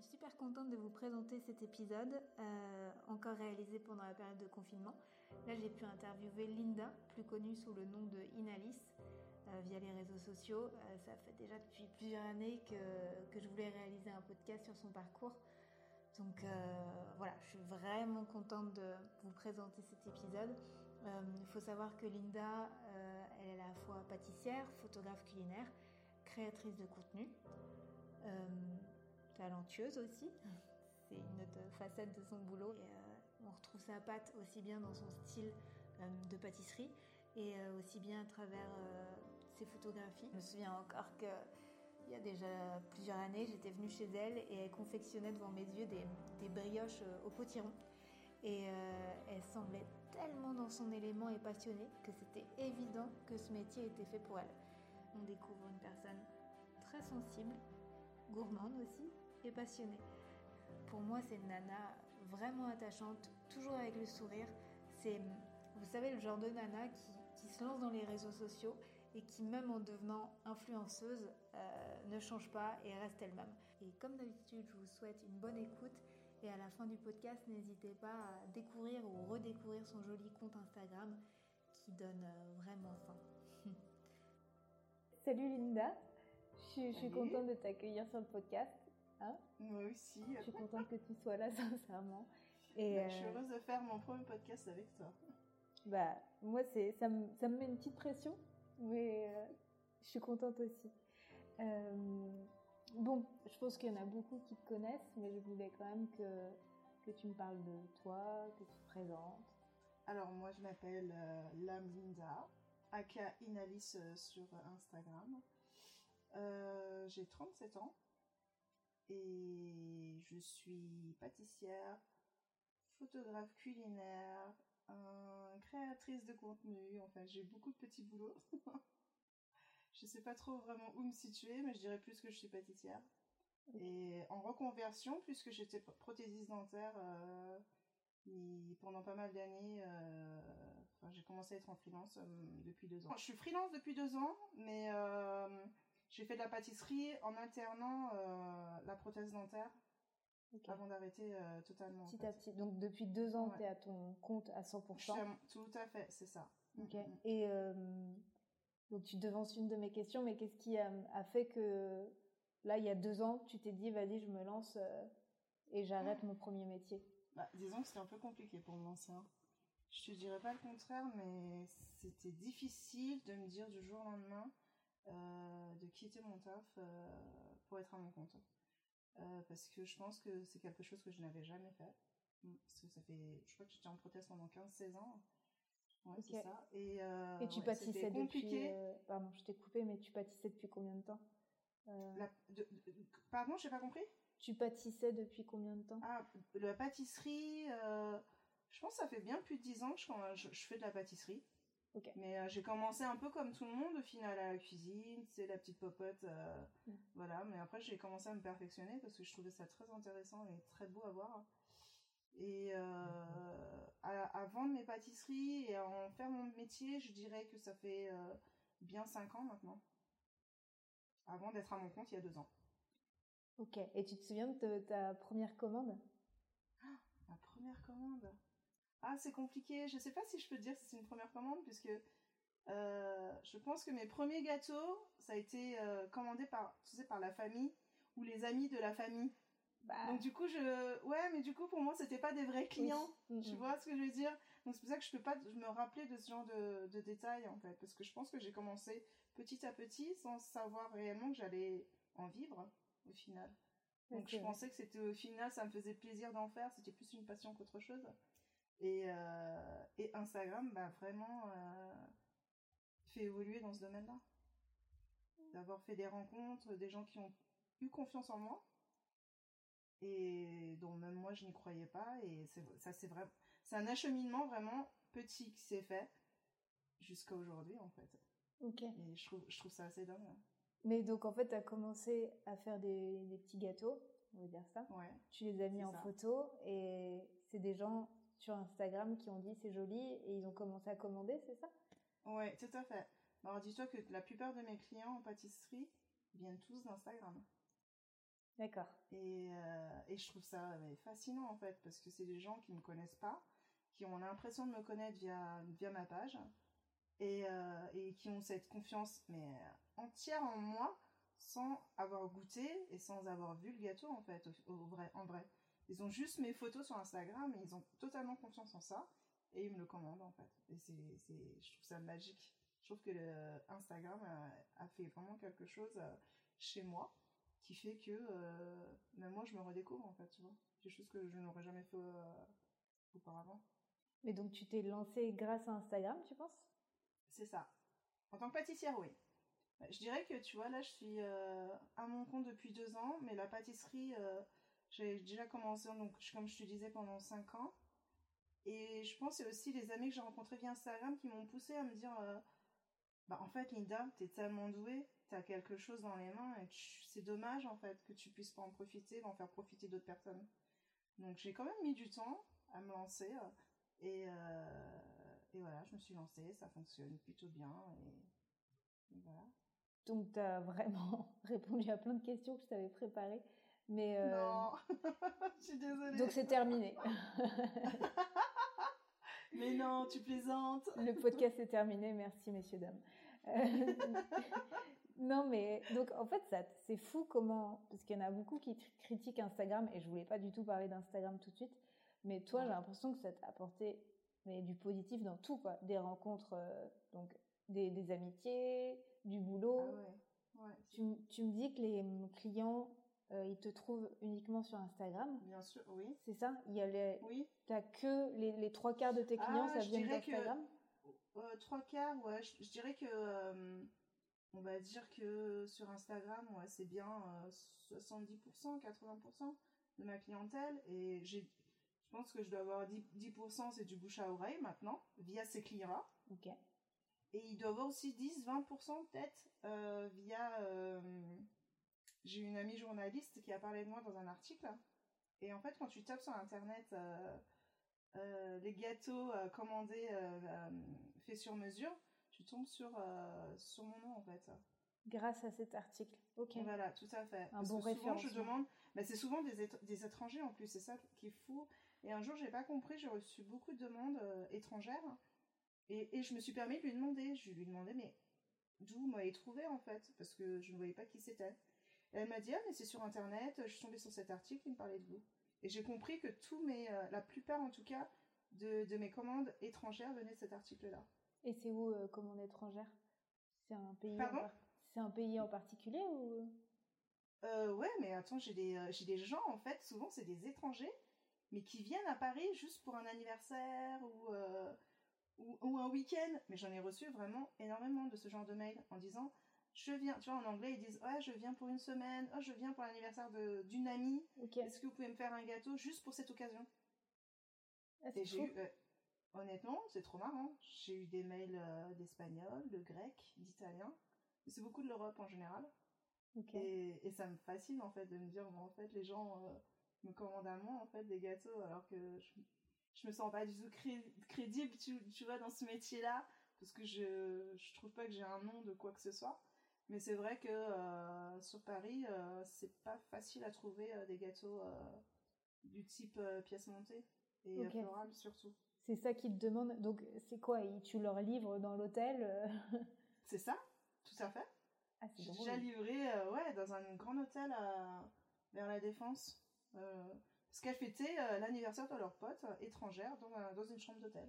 suis super contente de vous présenter cet épisode, encore réalisé pendant la période de confinement. Là, j'ai pu interviewer Linda, plus connue sous le nom de Inalis, via les réseaux sociaux. Ça fait déjà depuis plusieurs années que je voulais réaliser un podcast sur son parcours. Donc voilà, je suis vraiment contente de vous présenter cet épisode. Il faut savoir que Linda, elle est à la fois pâtissière, photographe culinaire, créatrice de contenu, talentueuse aussi. C'est une autre facette de son boulot. Et, on retrouve sa patte aussi bien dans son style de pâtisserie et aussi bien à travers ses photographies. Je me souviens encore que il y a déjà plusieurs années, j'étais venue chez elle et elle confectionnait devant mes yeux des brioches au potiron. Et elle semblait tellement dans son élément et passionnée que c'était évident que ce métier était fait pour elle. On découvre une personne très sensible, gourmande aussi et passionnée. Pour moi, c'est une nana vraiment attachante, toujours avec le sourire. C'est, vous savez, le genre de nana qui se lance dans les réseaux sociaux et qui, même en devenant influenceuse, ne change pas et reste elle-même. Et comme d'habitude, je vous souhaite une bonne écoute. Et à la fin du podcast, n'hésitez pas à découvrir ou redécouvrir son joli compte Instagram qui donne vraiment faim. Salut Linda, je suis contente de t'accueillir sur le podcast. Hein, moi aussi. Je suis contente que tu sois là, sincèrement. Et je suis heureuse de faire mon premier podcast avec toi. Moi, ça me met une petite pression, mais je suis contente aussi. Bon, je pense qu'il y en a beaucoup qui te connaissent, mais je voulais quand même que tu me parles de toi, que tu te présentes. Alors, moi, je m'appelle Lam Linda, aka Inalis sur Instagram. J'ai 37 ans et je suis pâtissière, photographe culinaire, créatrice de contenu. Enfin, j'ai beaucoup de petits boulots. Je sais pas trop vraiment où me situer, mais je dirais plus que je suis pâtissière. Et en reconversion, puisque j'étais prothésiste dentaire pendant pas mal d'années, j'ai commencé à être en freelance depuis 2 ans. Je suis freelance depuis 2 ans, mais j'ai fait de la pâtisserie en alternant la prothèse dentaire. Okay. Avant d'arrêter totalement. Petit à petit. Donc depuis 2 ans, ouais. Tu es à ton compte à 100%. Tout à fait, c'est ça. Ok. Et donc tu devances une de mes questions, mais qu'est-ce qui a fait que là, il y a 2 ans, tu t'es dit, vas-y, je me lance et j'arrête mon premier métier? Disons que c'était un peu compliqué pour me lancer. Je te dirais pas le contraire, mais c'était difficile de me dire du jour au lendemain de quitter mon taf pour être à mon compte. Parce que je pense que c'est quelque chose que je n'avais jamais fait. Parce que je crois que j'étais en prothèse pendant 15-16 ans. Ouais, okay. C'est ça. Et tu pâtissais depuis... pardon, je t'ai coupé, mais tu pâtissais depuis combien de temps Pardon, j'ai pas compris. Tu pâtissais depuis combien de temps? La pâtisserie, je pense que ça fait bien plus de 10 ans que je fais de la pâtisserie. Okay. Mais j'ai commencé un peu comme tout le monde, au final, à la cuisine, c'est la petite popote, voilà. Mais après, j'ai commencé à me perfectionner parce que je trouvais ça très intéressant et très beau à voir. Et à vendre mes pâtisseries et à en faire mon métier, je dirais que ça fait bien 5 ans maintenant. Avant d'être à mon compte, il y a 2 ans. Ok. Et tu te souviens de ta première commande? Ma première commande? C'est compliqué. Je sais pas si je peux te dire si c'est une première commande, puisque je pense que mes premiers gâteaux, ça a été commandé par la famille ou les amis de la famille. Donc du coup, mais du coup, pour moi, c'était pas des vrais clients. Oui. Tu vois ce que je veux dire? Donc c'est pour ça que je peux pas me rappeler de ce genre de détails, en fait. Parce que je pense que j'ai commencé petit à petit sans savoir réellement que j'allais en vivre, au final. Donc je pensais que c'était, au final, ça me faisait plaisir d'en faire. C'était plus une passion qu'autre chose. Et Instagram, vraiment fait évoluer dans ce domaine-là. D'avoir fait des rencontres, des gens qui ont eu confiance en moi. Et dont même moi je n'y croyais pas, et c'est un acheminement vraiment petit qui s'est fait jusqu'à aujourd'hui, en fait. Ok. Et je trouve ça assez dingue. Mais donc en fait tu as commencé à faire des petits gâteaux, on va dire ça. Ouais. Tu les as mis en photo et c'est des gens sur Instagram qui ont dit c'est joli et ils ont commencé à commander, c'est ça? Ouais, tout à fait. Alors dis-toi que la plupart de mes clients en pâtisserie viennent tous d'Instagram. D'accord. Et je trouve ça fascinant en fait, parce que c'est des gens qui ne me connaissent pas, qui ont l'impression de me connaître via ma page, et qui ont cette confiance mais entière en moi, sans avoir goûté et sans avoir vu le gâteau en fait, en vrai. Ils ont juste mes photos sur Instagram et ils ont totalement confiance en ça, et ils me le commandent en fait. Et je trouve ça magique. Je trouve que Instagram a fait vraiment quelque chose chez moi, qui fait que même moi je me redécouvre en fait, tu vois. Des choses que je n'aurais jamais fait auparavant. Mais donc tu t'es lancée grâce à Instagram, tu penses? C'est ça. En tant que pâtissière, oui. Je dirais que, tu vois, là, je suis à mon compte depuis 2 ans, mais la pâtisserie, j'ai déjà commencé, donc, comme je te disais, pendant 5 ans. Et je pense que c'est aussi les amis que j'ai rencontrés via Instagram qui m'ont poussé à me dire, bah, en fait, Linda, t'es tellement douée, t'as quelque chose dans les mains, et c'est dommage, en fait, que tu puisses pas en profiter, d'en faire profiter d'autres personnes. Donc, j'ai quand même mis du temps à me lancer, et voilà, je me suis lancée, ça fonctionne plutôt bien, et voilà. Donc tu as vraiment répondu à plein de questions que je t'avais préparées. Mais Non, je suis désolée. donc c'est terminé. Mais non, tu plaisantes. Le podcast est terminé, merci messieurs, dames. Non mais, donc en fait c'est fou comment, parce qu'il y en a beaucoup qui critiquent Instagram, et je voulais pas du tout parler d'Instagram tout de suite, mais toi Ouais. j'ai l'impression que ça t'a apporté du positif dans tout, quoi. Des rencontres, donc des amitiés, du boulot. Ah ouais. Tu me dis que les clients, ils te trouvent uniquement sur Instagram. Bien sûr, oui. C'est ça? Oui. T'as que les 3/4 de tes clients, ça Je vient dirais d'Instagram? que 3/4, ouais. Je dirais que, on va dire que sur Instagram, ouais, c'est bien 70%, 80% de ma clientèle. Et je pense que je dois avoir 10%, c'est du bouche à oreille maintenant, via ces clients-là. Ok. Et il doit avoir aussi 10-20% peut-être via... j'ai une amie journaliste qui a parlé de moi dans un article. Et en fait, quand tu tapes sur Internet les gâteaux commandés faits sur mesure, tu tombes sur mon nom en fait. Grâce à cet article. Ok. Voilà, tout à fait. Un Parce bon que souvent je référencement. demande, c'est souvent des étrangers en plus, c'est ça qui est fou. Et un jour, j'ai pas compris, j'ai reçu beaucoup de demandes étrangères. Et je me suis permis de lui demander. Je lui ai demandé, mais d'où vous m'avez trouvé en fait? Parce que je ne voyais pas qui c'était. Et elle m'a dit, ah, mais c'est sur internet, je suis tombée sur cet article, il me parlait de vous. Et j'ai compris que la plupart en tout cas, de mes commandes étrangères venaient de cet article-là. Et c'est où, commande étrangère? C'est un pays Pardon? c'est un pays en particulier ou? Ouais, mais attends, j'ai des gens en fait, souvent c'est des étrangers, mais qui viennent à Paris juste pour un anniversaire ou un week-end. Mais j'en ai reçu vraiment énormément de ce genre de mails en disant, je viens, tu vois, en anglais ils disent, ouais, je viens pour une semaine, oh, je viens pour l'anniversaire d'une amie, Ok. est-ce que vous pouvez me faire un gâteau juste pour cette occasion? Ah, Et c'est fou. honnêtement, c'est trop marrant. J'ai eu des mails d'espagnol, de grec, d'italien, c'est beaucoup de l'Europe en général. Ok. Et ça me fascine en fait de me dire, bon, en fait, les gens me commandent à moi en fait des gâteaux, alors que je me sens pas du tout crédible, tu vois, dans ce métier-là, parce que je trouve pas que j'ai un nom de quoi que ce soit. Mais c'est vrai que sur Paris, c'est pas facile à trouver des gâteaux du type pièce montée et Ok. floral surtout. C'est ça qu'ils te demandent. Donc c'est quoi? Tu leur livres dans l'hôtel? C'est ça, tout à fait. Ah, c'est J'ai drôle. déjà livré ouais, dans un grand hôtel vers la Défense. Parce qu'elles fêtaient l'anniversaire de leur pote étrangère dans une chambre d'hôtel.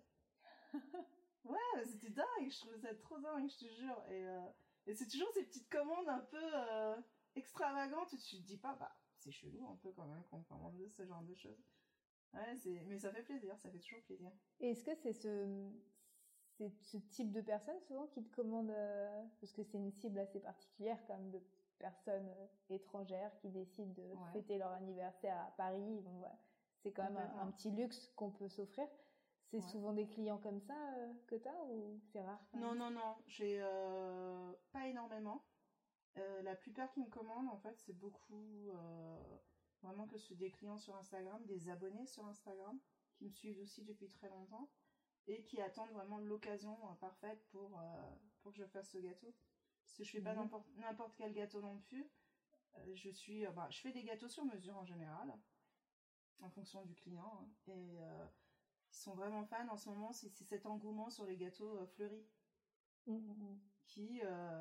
Ouais, c'était dingue, je trouvais ça trop dingue, je te jure. Et c'est toujours ces petites commandes un peu extravagantes où tu te dis pas, bah, c'est chelou un peu quand même qu'on commande ce genre de choses. Ouais, mais ça fait plaisir, ça fait toujours plaisir. Et est-ce que c'est ce type de personnes souvent qui te commandent, parce que c'est une cible assez particulière quand même, de personnes étrangères qui décident de fêter leur anniversaire à Paris. Bon, ouais, c'est quand même un petit luxe qu'on peut s'offrir. C'est souvent des clients comme ça que tu as, ou c'est rare quand même? Non, j'ai pas énormément. La plupart qui me commandent, en fait, c'est beaucoup vraiment que c'est des clients sur Instagram, des abonnés sur Instagram, qui me suivent aussi depuis très longtemps et qui attendent vraiment l'occasion parfaite pour que je fasse ce gâteau. Parce que je fais pas n'importe quel gâteau non plus. Je fais des gâteaux sur mesure en général, en fonction du client, hein, et ils sont vraiment fans en ce moment. C'est cet engouement sur les gâteaux fleuris qui,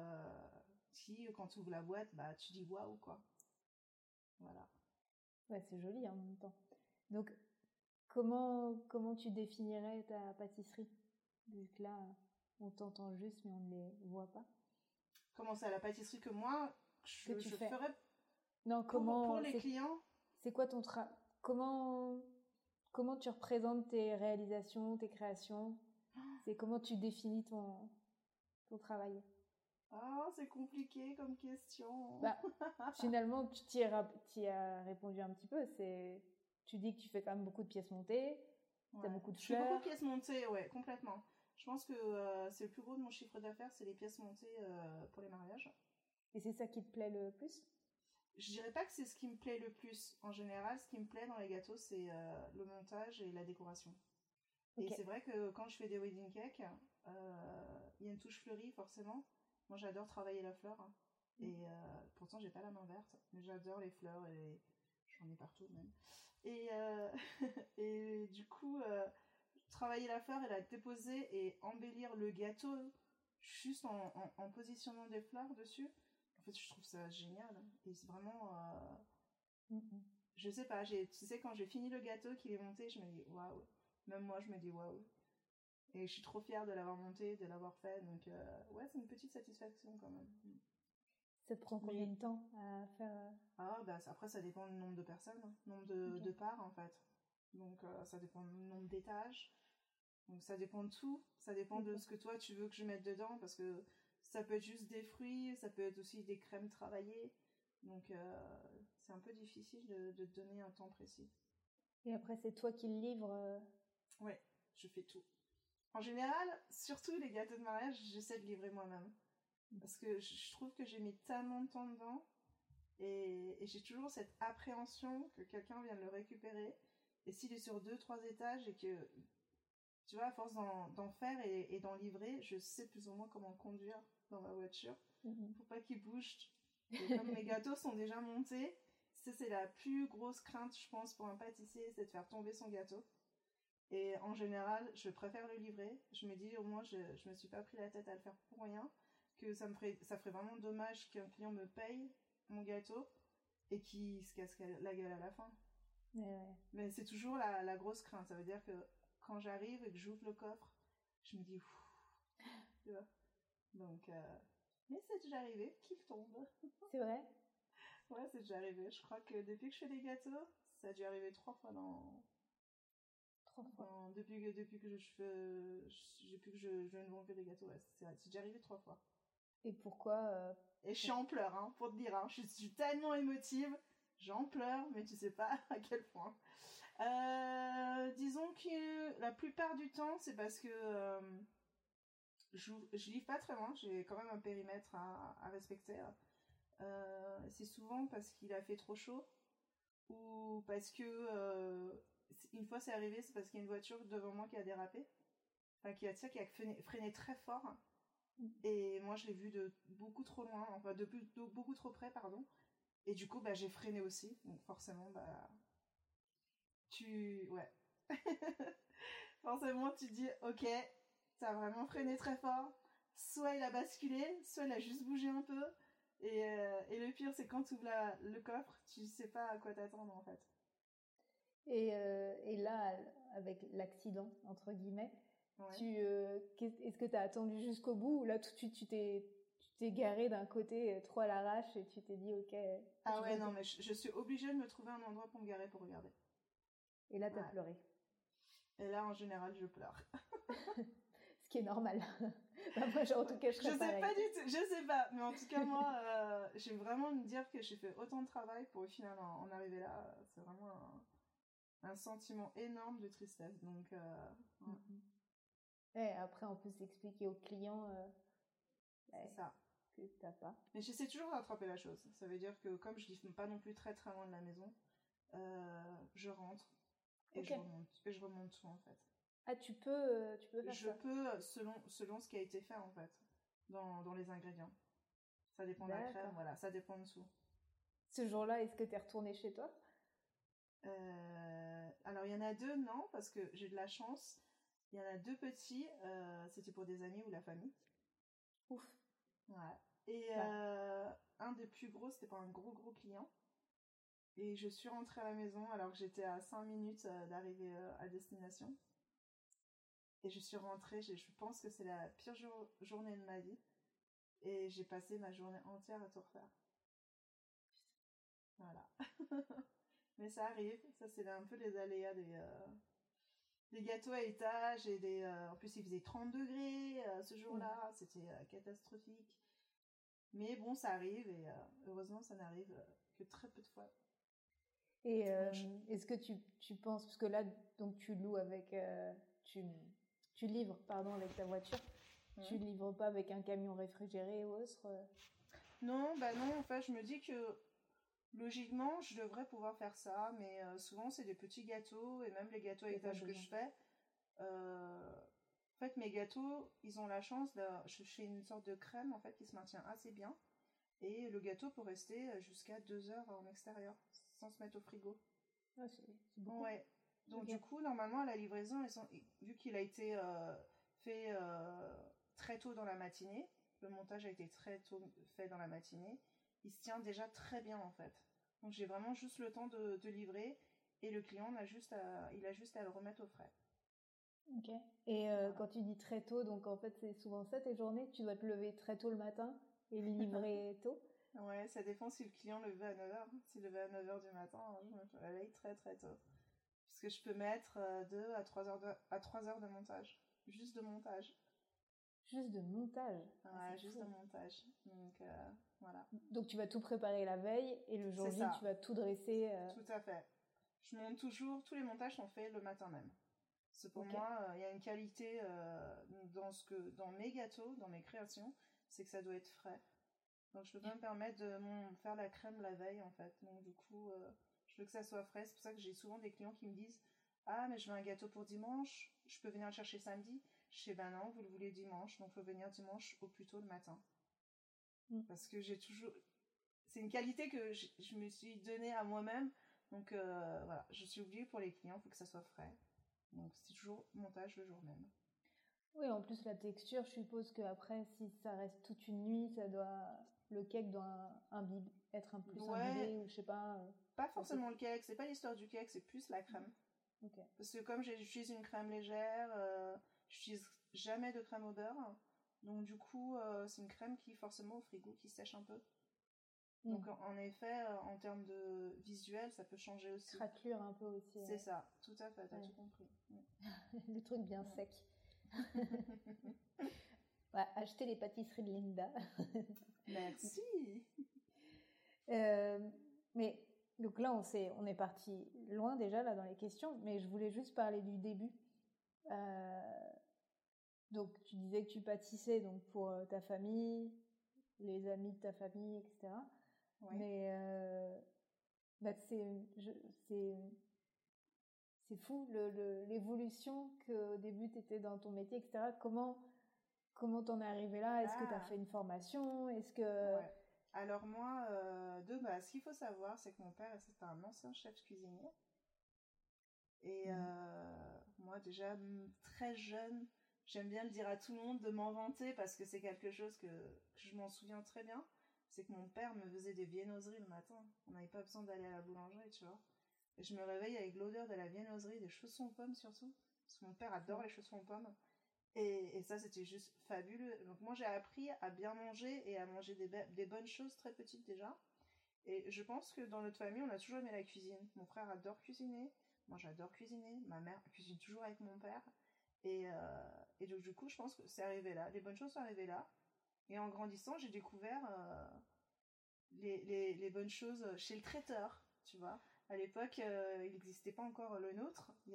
quand tu ouvres la boîte, bah tu dis waouh quoi. Voilà. Ouais, c'est joli en même temps. Donc, comment tu définirais ta pâtisserie? Vu que là, on t'entend juste, mais on ne les voit pas. Comment c'est à la pâtisserie que moi, je ferais non, pour les clients? C'est quoi ton travail? Comment tu représentes tes réalisations, tes créations? C'est comment tu définis ton travail? Ah, c'est compliqué comme question. Bah, finalement, tu t'y as répondu un petit peu. Tu dis que tu fais quand même beaucoup de pièces montées, tu as beaucoup de fleurs. Je fais beaucoup de pièces montées, ouais, complètement. Je pense que c'est le plus gros de mon chiffre d'affaires, c'est les pièces montées pour les mariages. Et c'est ça qui te plaît le plus? Je dirais pas que c'est ce qui me plaît le plus. En général, ce qui me plaît dans les gâteaux, c'est le montage et la décoration. Okay. Et c'est vrai que quand je fais des wedding cakes, il y a une touche fleurie forcément. Moi, j'adore travailler la fleur. Hein. Et pourtant, j'ai pas la main verte, mais j'adore les fleurs et j'en ai partout même. Et, et du coup, travailler la fleur et la déposer et embellir le gâteau juste en positionnant des fleurs dessus. En fait, je trouve ça génial. Et c'est vraiment... Je sais pas, tu sais, quand j'ai fini le gâteau, qu'il est monté, je me dis waouh. Même moi, je me dis waouh. Et je suis trop fière de l'avoir monté, de l'avoir fait. Donc, ouais, c'est une petite satisfaction quand même. Ça te prend combien de temps à faire Après, ça dépend du nombre de personnes, nombre de parts en fait. Donc, ça dépend du nombre d'étages. Donc, ça dépend de tout. Ça dépend de ce que toi, tu veux que je mette dedans. Parce que ça peut être juste des fruits, ça peut être aussi des crèmes travaillées. Donc, c'est un peu difficile de te donner un temps précis. Et après, c'est toi qui le livres Ouais, je fais tout. En général, surtout les gâteaux de mariage, j'essaie de livrer moi-même. Parce que je trouve que j'ai mis tellement de temps dedans. Et j'ai toujours cette appréhension que quelqu'un vienne le récupérer. Et s'il est sur 2-3 étages et que, tu vois, à force d'en faire et d'en livrer, je sais plus ou moins comment conduire dans ma voiture pour pas qu'il bouge. Et comme mes gâteaux sont déjà montés, c'est la plus grosse crainte, je pense, pour un pâtissier, c'est de faire tomber son gâteau. Et en général, je préfère le livrer. Je me dis, au moins, je me suis pas pris la tête à le faire pour rien. Que ça ferait vraiment dommage qu'un client me paye mon gâteau et qu'il se casse la gueule à la fin. Ouais. Mais c'est toujours la grosse crainte. Ça veut dire que quand j'arrive et que j'ouvre le coffre, je me dis, tu vois. Donc, mais c'est déjà arrivé qu'il tombe. C'est vrai? Ouais, c'est déjà arrivé. Je crois que depuis que je fais des gâteaux, ça a dû arriver 3 fois depuis que je ne vends que des gâteaux, ouais, c'est déjà arrivé 3 fois. Et pourquoi Et je suis en pleurs, hein, pour te dire, hein, je suis tellement émotive, j'en pleure, mais tu sais pas à quel point. Disons que la plupart du temps, c'est parce que je livre pas très loin, j'ai quand même un périmètre à respecter. C'est souvent parce qu'il a fait trop chaud, ou parce que une fois c'est arrivé, c'est parce qu'il y a une voiture devant moi qui a dérapé, enfin qui a freiné très fort, et moi je l'ai vu de beaucoup trop loin, enfin de beaucoup trop près, pardon, et du coup bah j'ai freiné aussi, donc forcément bah ouais forcément tu dis ok, t'as vraiment freiné très fort, soit il a basculé, soit il a juste bougé un peu, et le pire c'est quand tu ouvres le coffre, tu sais pas à quoi t'attendre en fait. Et là, avec l'accident, entre guillemets, ouais. Est-ce que tu as attendu jusqu'au bout ou là tout de suite tu t'es garé d'un côté trop à l'arrache et tu t'es dit ok. Ah ouais, non, mais je suis obligée de me trouver un endroit pour me garer pour regarder. Et là, t'as pleuré. Et là, en général, je pleure. Ce qui est normal. Bah, moi, en tout cas, je serais pareil. Sais pas du tout, je sais pas, mais en tout cas, moi, j'ai vraiment me dire que j'ai fait autant de travail pour au final en arriver là. C'est vraiment un sentiment énorme de tristesse. Donc, ouais. Et après, on peut s'expliquer aux clients c'est ça. Que t'as pas. Mais j'essaie toujours d'attraper la chose. Ça veut dire que comme je ne vis pas non plus très très loin de la maison, je rentre et je remonte tout en fait. Ah, tu peux faire ça? Je peux selon ce qui a été fait en fait dans les ingrédients. Ça dépend de la crème, voilà, ça dépend de tout. Ce jour-là, est-ce que tu es retournée chez toi? Alors, il y en a 2, non, parce que j'ai de la chance. Il y en a 2 petits, c'était pour des amis ou la famille. Ouf. Ouais. Et un des plus gros, c'était pour un gros client. Et je suis rentrée à la maison alors que j'étais à 5 minutes d'arriver à destination. Et je suis rentrée, je pense que c'est la pire journée de ma vie. Et j'ai passé ma journée entière à tout refaire. Voilà. Mais ça arrive, ça c'est un peu les aléas des gâteaux à étage. En plus il faisait 30 degrés ce jour-là, c'était catastrophique. Mais bon, ça arrive et heureusement ça n'arrive que très peu de fois. Et est-ce que tu penses, parce que là, donc tu loues avec, tu livres, pardon, avec ta voiture, tu livres pas avec un camion réfrigéré ou autre? Non, non, en fait, je me dis que logiquement, je devrais pouvoir faire ça, mais souvent c'est des petits gâteaux, et même les gâteaux à étage que je fais. En fait, mes gâteaux, ils ont la chance je fais une sorte de crème en fait qui se maintient assez bien. Et le gâteau peut rester jusqu'à 2 heures en extérieur, sans se mettre au frigo. Ah, c'est beaucoup. Ouais. Donc du coup, normalement, à la livraison, vu qu'il a été fait très tôt dans la matinée, le montage a été très tôt fait dans la matinée, il se tient déjà très bien en fait. Donc j'ai vraiment juste le temps de livrer et le client il a juste à le remettre au frais. Ok. Et quand tu dis très tôt, donc en fait c'est souvent ça tes journées, tu dois te lever très tôt le matin et le livrer tôt? Ouais, ça dépend si le client le veut à 9h. S'il le veut à 9h du matin, je me réveille très très tôt. Parce que je peux mettre 2 à 3 heures de montage. Juste de montage. Juste de montage? Ouais, juste de montage. Donc voilà. Donc tu vas tout préparer la veille et le jour J tu vas tout dresser. Tout à fait. Je monte toujours, tous les montages sont faits le matin même. C'est pour moi, il y a une qualité dans mes gâteaux, dans mes créations, c'est que ça doit être frais. Donc je peux pas me permettre de faire la crème la veille en fait. Donc du coup, je veux que ça soit frais. C'est pour ça que j'ai souvent des clients qui me disent ah mais je veux un gâteau pour dimanche, je peux venir le chercher samedi. Je sais ben non, vous le voulez dimanche, donc faut venir dimanche au plus tôt le matin. Parce que c'est une qualité que je me suis donnée à moi-même. Donc voilà, je suis obligée pour les clients, il faut que ça soit frais. Donc c'est toujours montage le jour même. Oui, en plus la texture, je suppose qu'après, si ça reste toute une nuit, le cake doit être un plus imbibé ou je sais pas. Pas forcément le cake, c'est pas l'histoire du cake, c'est plus la crème. Okay. Parce que comme j'utilise une crème légère, j'utilise jamais de crème au beurre. Donc du coup, c'est une crème qui forcément au frigo qui sèche un peu. Donc en effet, en termes de visuel, ça peut changer aussi. Craquelure un peu aussi. C'est ça, tout à fait, t'as tout compris. Le truc bien sec. Ouais, achetez les pâtisseries de Linda. Merci. Mais donc là, on est parti loin déjà là dans les questions, mais je voulais juste parler du début. Donc tu disais que tu pâtissais donc pour ta famille, les amis de ta famille, etc. Ouais. Mais c'est fou l'évolution qu'au début tu étais dans ton métier, etc. Comment t'en es arrivé là? Est-ce que tu as fait une formation? Est-ce que... Ouais. Alors moi, de base, ce qu'il faut savoir, c'est que mon père, c'était un ancien chef cuisinier. Et moi, déjà, très jeune, j'aime bien le dire à tout le monde, de m'en vanter, parce que c'est quelque chose que je m'en souviens très bien. C'est que mon père me faisait des viennoiseries le matin. On n'avait pas besoin d'aller à la boulangerie, tu vois. Et je me réveille avec l'odeur de la viennoiserie, des chaussons aux pommes surtout. Parce que mon père adore les chaussons aux pommes. Et ça, c'était juste fabuleux. Donc moi, j'ai appris à bien manger et à manger des bonnes choses très petites déjà. Et je pense que dans notre famille, on a toujours aimé la cuisine. Mon frère adore cuisiner. Moi, j'adore cuisiner. Ma mère cuisine toujours avec mon père. Et donc, du coup, je pense que c'est arrivé là. Les bonnes choses sont arrivées là. Et en grandissant, j'ai découvert les bonnes choses chez le traiteur, tu vois. À l'époque, il n'existait pas encore le nôtre. Il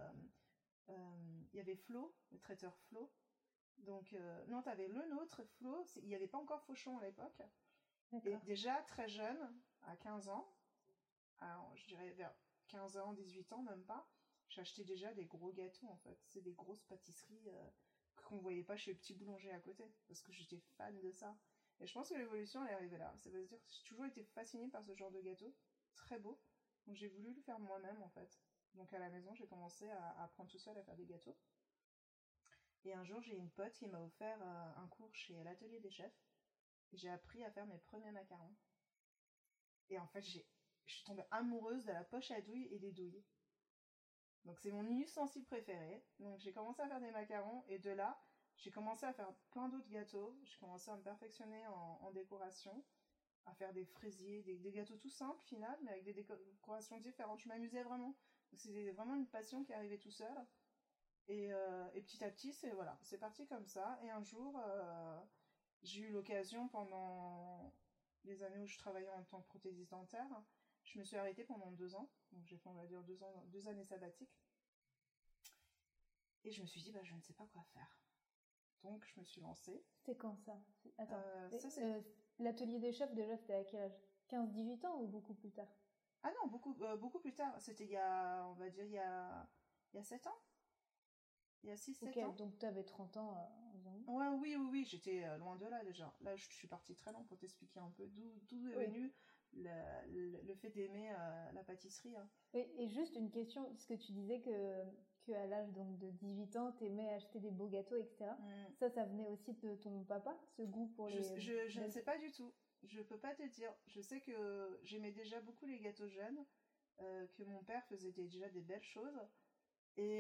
y avait Flo, le traiteur Flo. Donc, non, t'avais le nôtre, Flo. Il n'y avait pas encore Fauchon à l'époque. Et déjà, très jeune, à 15 ans, alors, je dirais vers 15 ans, 18 ans, même pas, j'achetais déjà des gros gâteaux, en fait. C'est des grosses pâtisseries qu'on voyait pas chez le petit boulanger à côté, parce que j'étais fan de ça. Et je pense que l'évolution, elle est arrivée là. Ça veut dire que j'ai toujours été fascinée par ce genre de gâteau, très beau. Donc j'ai voulu le faire moi-même en fait. Donc à la maison, j'ai commencé à apprendre tout seul à faire des gâteaux. Et un jour, j'ai une pote qui m'a offert un cours chez l'Atelier des Chefs. Et j'ai appris à faire mes premiers macarons. Et en fait, je suis tombée amoureuse de la poche à douille et des douilles. Donc c'est mon ustensile préféré. Donc j'ai commencé à faire des macarons et de là, j'ai commencé à faire plein d'autres gâteaux. J'ai commencé à me perfectionner en décoration, à faire des fraisiers, des gâteaux tout simples final, mais avec des décorations différentes. Je m'amusais vraiment. Donc c'était vraiment une passion qui arrivait tout seul. Et petit à petit, c'est parti comme ça. Et un jour, j'ai eu l'occasion pendant les années où je travaillais en tant que prothésiste dentaire, je me suis arrêtée pendant 2 ans. Donc j'ai fait, on va dire, 2 années sabbatiques. Et je me suis dit, je ne sais pas quoi faire. Donc je me suis lancée. C'était quand ça? Attends, l'atelier des chefs, déjà, c'était à quel âge? 15-18 ans ou beaucoup plus tard? Ah non, beaucoup plus tard. C'était il y a, on va dire, il y a 7 ans. Il y a 6-7 ans. Donc tu avais 30 ans environ. Ouais, oui, j'étais loin de là déjà. Là, je suis partie très loin pour t'expliquer un peu d'où est venu le fait d'aimer la pâtisserie. Hein. Et juste une question, parce que tu disais que à l'âge donc, de 18 ans, tu aimais acheter des beaux gâteaux, etc. Ça venait aussi de ton papa, ce goût pour les... Je ne sais pas du tout. Je peux pas te dire. Je sais que j'aimais déjà beaucoup les gâteaux jeunes, que mon père faisait déjà des belles choses. Et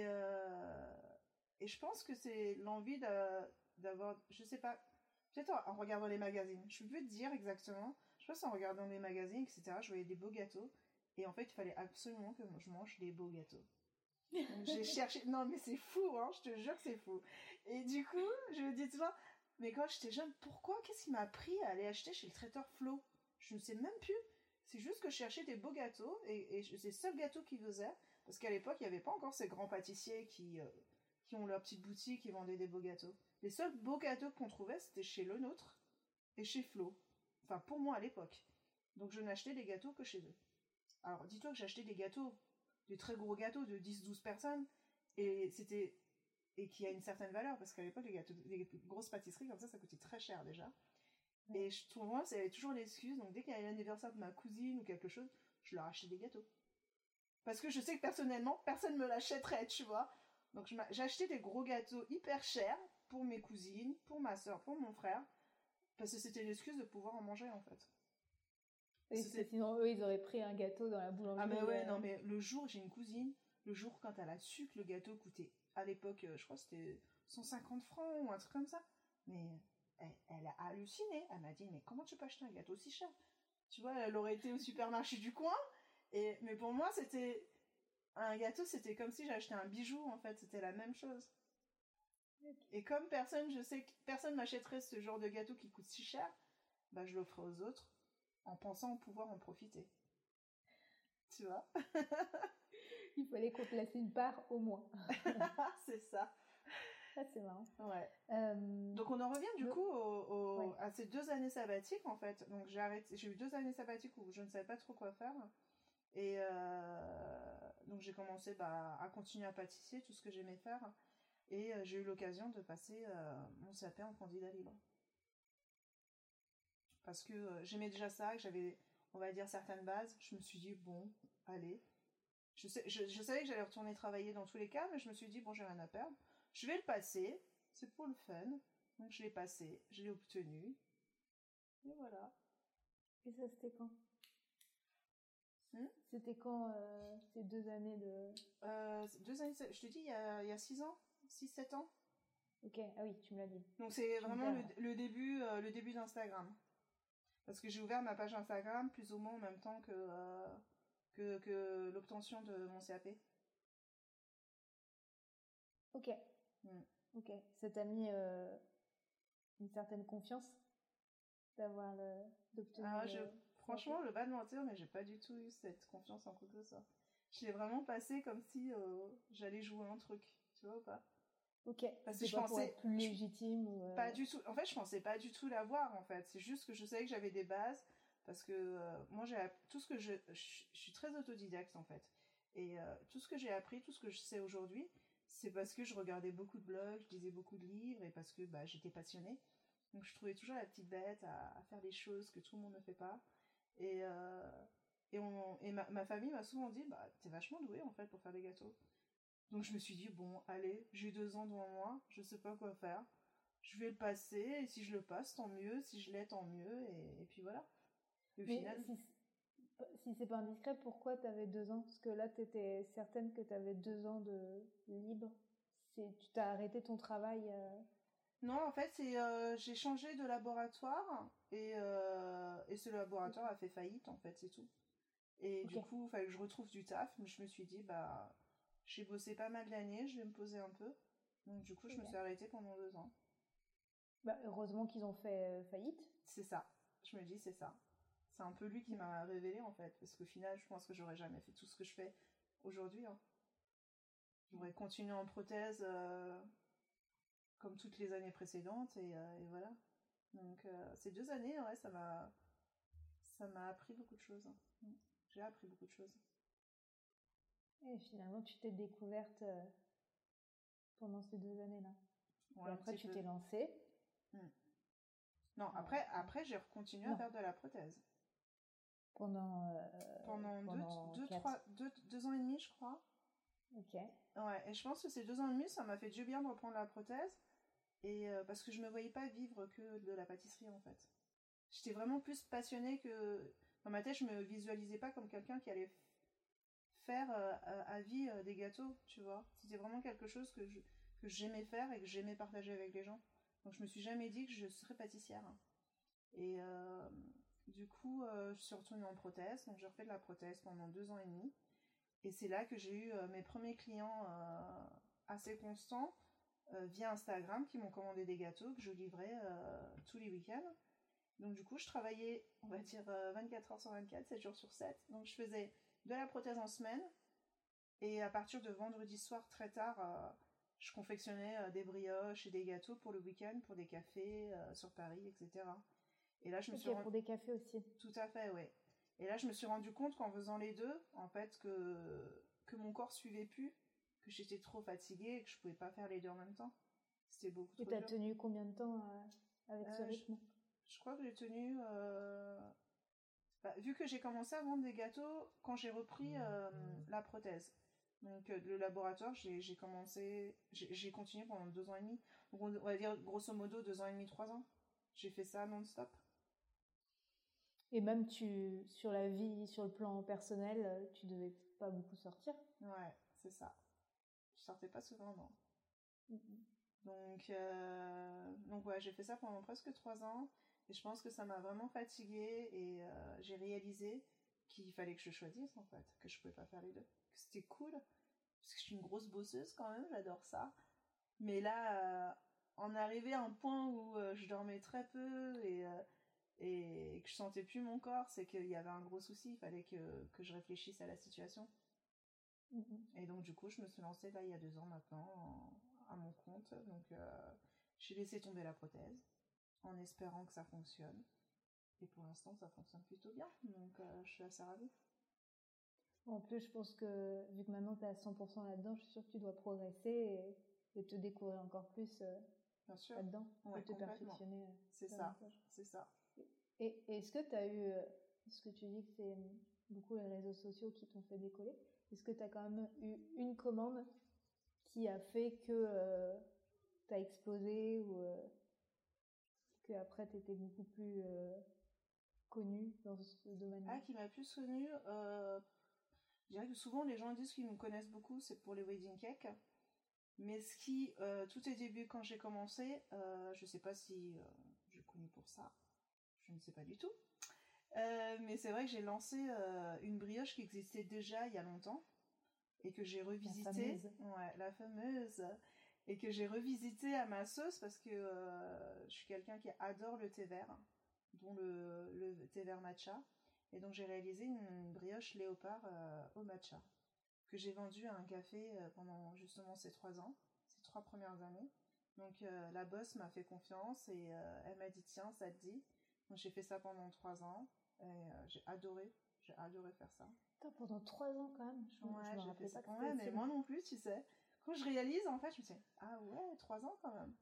je pense que c'est l'envie d'avoir, je sais pas, peut-être en regardant les magazines. Je peux plus te dire exactement. Je pense en regardant les magazines, etc., je voyais des beaux gâteaux. Et en fait, il fallait absolument que je mange des beaux gâteaux. Donc j'ai cherché. Non, mais c'est fou, hein, je te jure que c'est fou. Et du coup, je me dis souvent, mais quand j'étais jeune, qu'est-ce qui m'a pris à aller acheter chez le traiteur Flo? Je ne sais même plus. C'est juste que je cherchais des beaux gâteaux et c'est le seul gâteau qu'ils faisaient. Parce qu'à l'époque, il n'y avait pas encore ces grands pâtissiers qui ont leur petite boutique et vendaient des beaux gâteaux. Les seuls beaux gâteaux qu'on trouvait, c'était chez Le Nôtre et chez Flo. Enfin, pour moi à l'époque. Donc je n'achetais des gâteaux que chez eux. Alors, dis-toi que j'achetais des gâteaux, des très gros gâteaux de 10-12 personnes, et qui a une certaine valeur, parce qu'à l'époque, les grosses pâtisseries comme ça coûtait très cher déjà. Et je trouve, moi, c'était toujours l'excuse, donc dès qu'il y a l'anniversaire de ma cousine ou quelque chose, je leur achetais des gâteaux. Parce que je sais que personnellement, personne ne me l'achèterait, tu vois. Donc j'achetais des gros gâteaux hyper chers pour mes cousines, pour ma soeur, pour mon frère, parce que c'était l'excuse de pouvoir en manger, en fait. Et sinon, eux, ils auraient pris un gâteau dans la boulangerie. Ah mais ouais, non mais le jour, j'ai une cousine, le jour quand elle a su que le gâteau coûtait, à l'époque, je crois que c'était 150 francs ou un truc comme ça, mais elle a halluciné. Elle m'a dit, mais comment tu peux acheter un gâteau aussi cher? Tu vois, elle aurait été au supermarché du coin, mais pour moi, un gâteau, c'était comme si j'achetais un bijou, en fait, c'était la même chose. Et comme je sais que personne m'achèterait ce genre de gâteau qui coûte si cher, je l'offrais aux autres en pensant pouvoir en profiter. Tu vois? Il fallait qu'on te laisse une part au moins. C'est ça. Ah, c'est marrant. Ouais. Donc on en revient du coup à ces 2 années sabbatiques en fait. Donc j'ai eu 2 années sabbatiques où je ne savais pas trop quoi faire. Et donc j'ai commencé à continuer à pâtisser, tout ce que j'aimais faire. Et j'ai eu l'occasion de passer mon CAP en candidat libre. Parce que j'aimais déjà ça, que j'avais, on va dire, certaines bases. Je me suis dit, bon, allez. Je savais que j'allais retourner travailler dans tous les cas, mais je me suis dit, bon, j'ai rien à perdre. Je vais le passer, c'est pour le fun. Donc je l'ai passé, je l'ai obtenu. Et voilà. Et ça, c'était quand? C'était quand ces 2 années de... 2 années, je te dis, il y a 6 ans, 6-7 ans. Ok, ah oui, tu me l'as dit. Donc c'est vraiment le début d'Instagram. Parce que j'ai ouvert ma page Instagram plus ou moins en même temps que l'obtention de mon CAP. Ok. Ok. Ça t'a mis une certaine confiance d'obtenir... Franchement, je vais pas te mentir, mais j'ai pas du tout eu cette confiance en quoi que ce soit. Je l'ai vraiment passé comme si j'allais jouer un truc, tu vois ou pas? Ok. Parce que je pensais pour être plus légitime ou pas du tout. En fait, je pensais pas du tout l'avoir en fait. C'est juste que je savais que j'avais des bases parce que moi tout ce que je suis très autodidacte en fait. Et tout ce que j'ai appris, tout ce que je sais aujourd'hui, c'est parce que je regardais beaucoup de blogs, je lisais beaucoup de livres et parce que j'étais passionnée. Donc je trouvais toujours la petite bête à faire les choses que tout le monde ne fait pas. Et ma famille m'a souvent dit, bah t'es vachement douée en fait pour faire des gâteaux. Donc je me suis dit, bon, allez, j'ai 2 ans devant moi, je sais pas quoi faire. Je vais le passer, et si je le passe, tant mieux, si je l'ai, tant mieux, et puis voilà. Et au Mais final... si c'est pas indiscret, pourquoi t'avais 2 ans? Parce que là, t'étais certaine que t'avais 2 ans de libre. Tu t'as arrêté ton travail. Non, en fait, j'ai changé de laboratoire, et ce laboratoire a fait faillite, en fait, c'est tout. Et du coup, il fallait que je retrouve du taf, mais je me suis dit, bah, j'ai bossé pas mal d'années, je vais me poser un peu. Donc du coup, je me suis arrêtée pendant 2 ans. Bah, heureusement qu'ils ont fait faillite. C'est ça. Je me dis, c'est ça. C'est un peu lui qui m'a révélé, en fait. Parce qu'au final, je pense que j'aurais jamais fait tout ce que je fais aujourd'hui. Hein. J'aurais continué en prothèse comme toutes les années précédentes, et voilà. Donc ces 2 années, ouais, ça m'a appris beaucoup de choses. J'ai appris beaucoup de choses. Et finalement, tu t'es découverte pendant ces 2 années-là. Ouais, et après, tu t'es lancée. Non, après j'ai continué à faire de la prothèse. Pendant 2 ans et demi, je crois. Ok. Ouais, et je pense que ces 2 ans et demi, ça m'a fait du bien de reprendre la prothèse. Et parce que je me voyais pas vivre que de la pâtisserie, en fait. J'étais vraiment plus passionnée que... Dans ma tête, je me visualisais pas comme quelqu'un qui allait faire à vie des gâteaux, tu vois. C'était vraiment quelque chose que j'aimais faire et que j'aimais partager avec les gens. Donc je me suis jamais dit que je serais pâtissière. Et du coup, je suis retournée en prothèse. Donc j'ai refait de la prothèse pendant 2 ans et demi. Et c'est là que j'ai eu mes premiers clients assez constants via Instagram qui m'ont commandé des gâteaux que je livrais tous les week-ends. Donc du coup, je travaillais, on va dire, 24 heures sur 24, 7 jours sur 7. Donc je faisais de la prothèse en semaine. Et à partir de vendredi soir, très tard, je confectionnais des brioches et des gâteaux pour le week-end, pour des cafés sur Paris, etc. Et là, je me suis pour des cafés aussi. Tout à fait, oui. Et là, je me suis rendu compte qu'en faisant les deux, en fait, que mon corps suivait plus, que j'étais trop fatiguée et que je pouvais pas faire les deux en même temps. C'était beaucoup trop dur. Et t'as tenu combien de temps avec ce rythme? Je crois que j'ai tenu... vu que j'ai commencé à vendre des gâteaux quand j'ai repris la prothèse. Donc le laboratoire, j'ai continué pendant 2 ans et demi. Donc on va dire grosso modo 2 ans et demi, 3 ans. J'ai fait ça non-stop. Et même sur la vie, sur le plan personnel, tu devais pas beaucoup sortir. Ouais, c'est ça. Je sortais pas souvent, non. Donc ouais, j'ai fait ça pendant presque 3 ans. Et je pense que ça m'a vraiment fatiguée. Et j'ai réalisé qu'il fallait que je choisisse, en fait. Que je pouvais pas faire les deux. Que c'était cool. Parce que je suis une grosse bosseuse quand même, j'adore ça. Mais là, en arrivé à un point où je dormais très peu et que je sentais plus mon corps, c'est qu'il y avait un gros souci, il fallait que je réfléchisse à la situation. Et donc du coup, je me suis lancée là il y a 2 ans maintenant à mon compte. Donc j'ai laissé tomber la prothèse en espérant que ça fonctionne. Et pour l'instant, ça fonctionne plutôt bien. Donc je suis assez ravie. En plus, je pense que vu que maintenant tu es à 100% là-dedans, je suis sûre que tu dois progresser et te découvrir encore plus bien sûr. là-dedans. Ouais, et te perfectionner. C'est davantage. C'est ça. Et est-ce que tu as eu, ce que tu dis que c'est beaucoup les réseaux sociaux qui t'ont fait décoller, est-ce que tu as quand même eu une commande qui a fait que tu as explosé ou qu'après tu étais beaucoup plus connue dans ce domaine-là? Ah, qui m'a plus connue je dirais que souvent les gens disent qu'ils me connaissent beaucoup, c'est pour les wedding cakes. Mais tout est début quand j'ai commencé, je sais pas si je suis connue pour ça, je ne sais pas du tout. Mais c'est vrai que j'ai lancé une brioche qui existait déjà il y a longtemps et que j'ai revisitée. La fameuse. Et que j'ai revisitée à ma sauce parce que je suis quelqu'un qui adore le thé vert, dont le thé vert matcha. Et donc j'ai réalisé une brioche léopard au matcha que j'ai vendue à un café pendant justement ces 3 ans, ces 3 premières années. Donc la boss m'a fait confiance et elle m'a dit tiens, ça te dit. Donc j'ai fait ça pendant 3 ans et j'ai adoré faire ça. Attends, pendant 3 ans quand même. Je me rappelais pas que c'était mais moi non plus, tu sais. Quand je réalise, en fait, je me dis ah ouais, 3 ans quand même.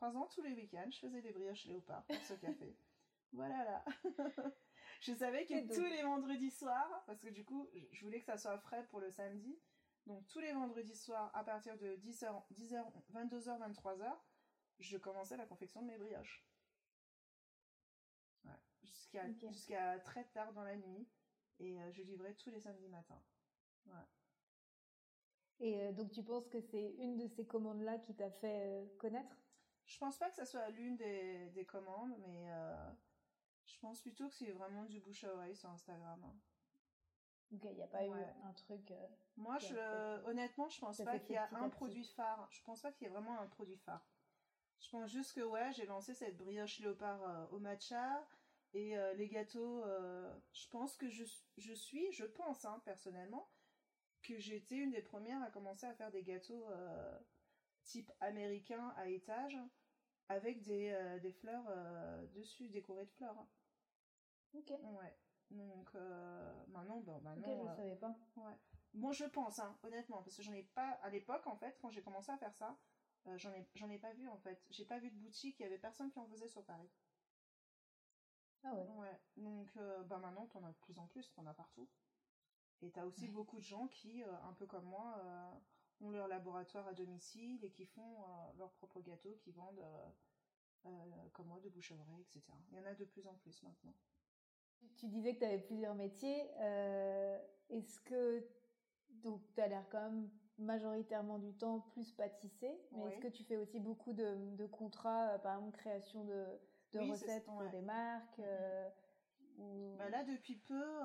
3 ans, tous les week-ends, je faisais des brioches léopard pour ce café. Voilà là. Je savais que tous les vendredis soirs, parce que du coup, je voulais que ça soit frais pour le samedi, donc tous les vendredis soirs, à partir de 10h, 22h, 23h, je commençais la confection de mes brioches. Ouais. Jusqu'à très tard dans la nuit, et je livrais tous les samedis matins. Ouais. Et donc tu penses que c'est une de ces commandes-là qui t'a fait connaître? Je pense pas que ça soit l'une des commandes, mais je pense plutôt que c'est vraiment du bouche à oreille sur Instagram. Ok, il n'y a pas eu un truc... Moi, honnêtement, je pense pas qu'il y a un produit phare. Je pense pas qu'il y ait vraiment un produit phare. Je pense juste que j'ai lancé cette brioche léopard au matcha et les gâteaux. Je pense que je pense personnellement, que j'ai été une des premières à commencer à faire des gâteaux type américain à étage avec des fleurs dessus, décorées de fleurs. Ok. Ouais. Donc maintenant, ok, je ne savais pas. Ouais. Moi, je pense, honnêtement, parce que j'en ai pas à l'époque en fait quand j'ai commencé à faire ça. J'en ai pas vu en fait. J'ai pas vu de boutique, il y avait personne qui en faisait sur Paris. Ah ouais. Ouais. Donc maintenant t'en as de plus en plus, t'en as partout. Et t'as aussi beaucoup de gens qui, un peu comme moi, ont leur laboratoire à domicile et qui font leurs propres gâteaux, qui vendent comme moi de bouche à oreille, etc. Il y en a de plus en plus maintenant. Tu disais que tu avais plusieurs métiers. Est-ce que donc tu as l'air quand même majoritairement du temps plus pâtisser, mais est-ce que tu fais aussi beaucoup de contrats, par exemple création de recettes pour des marques ou... Là depuis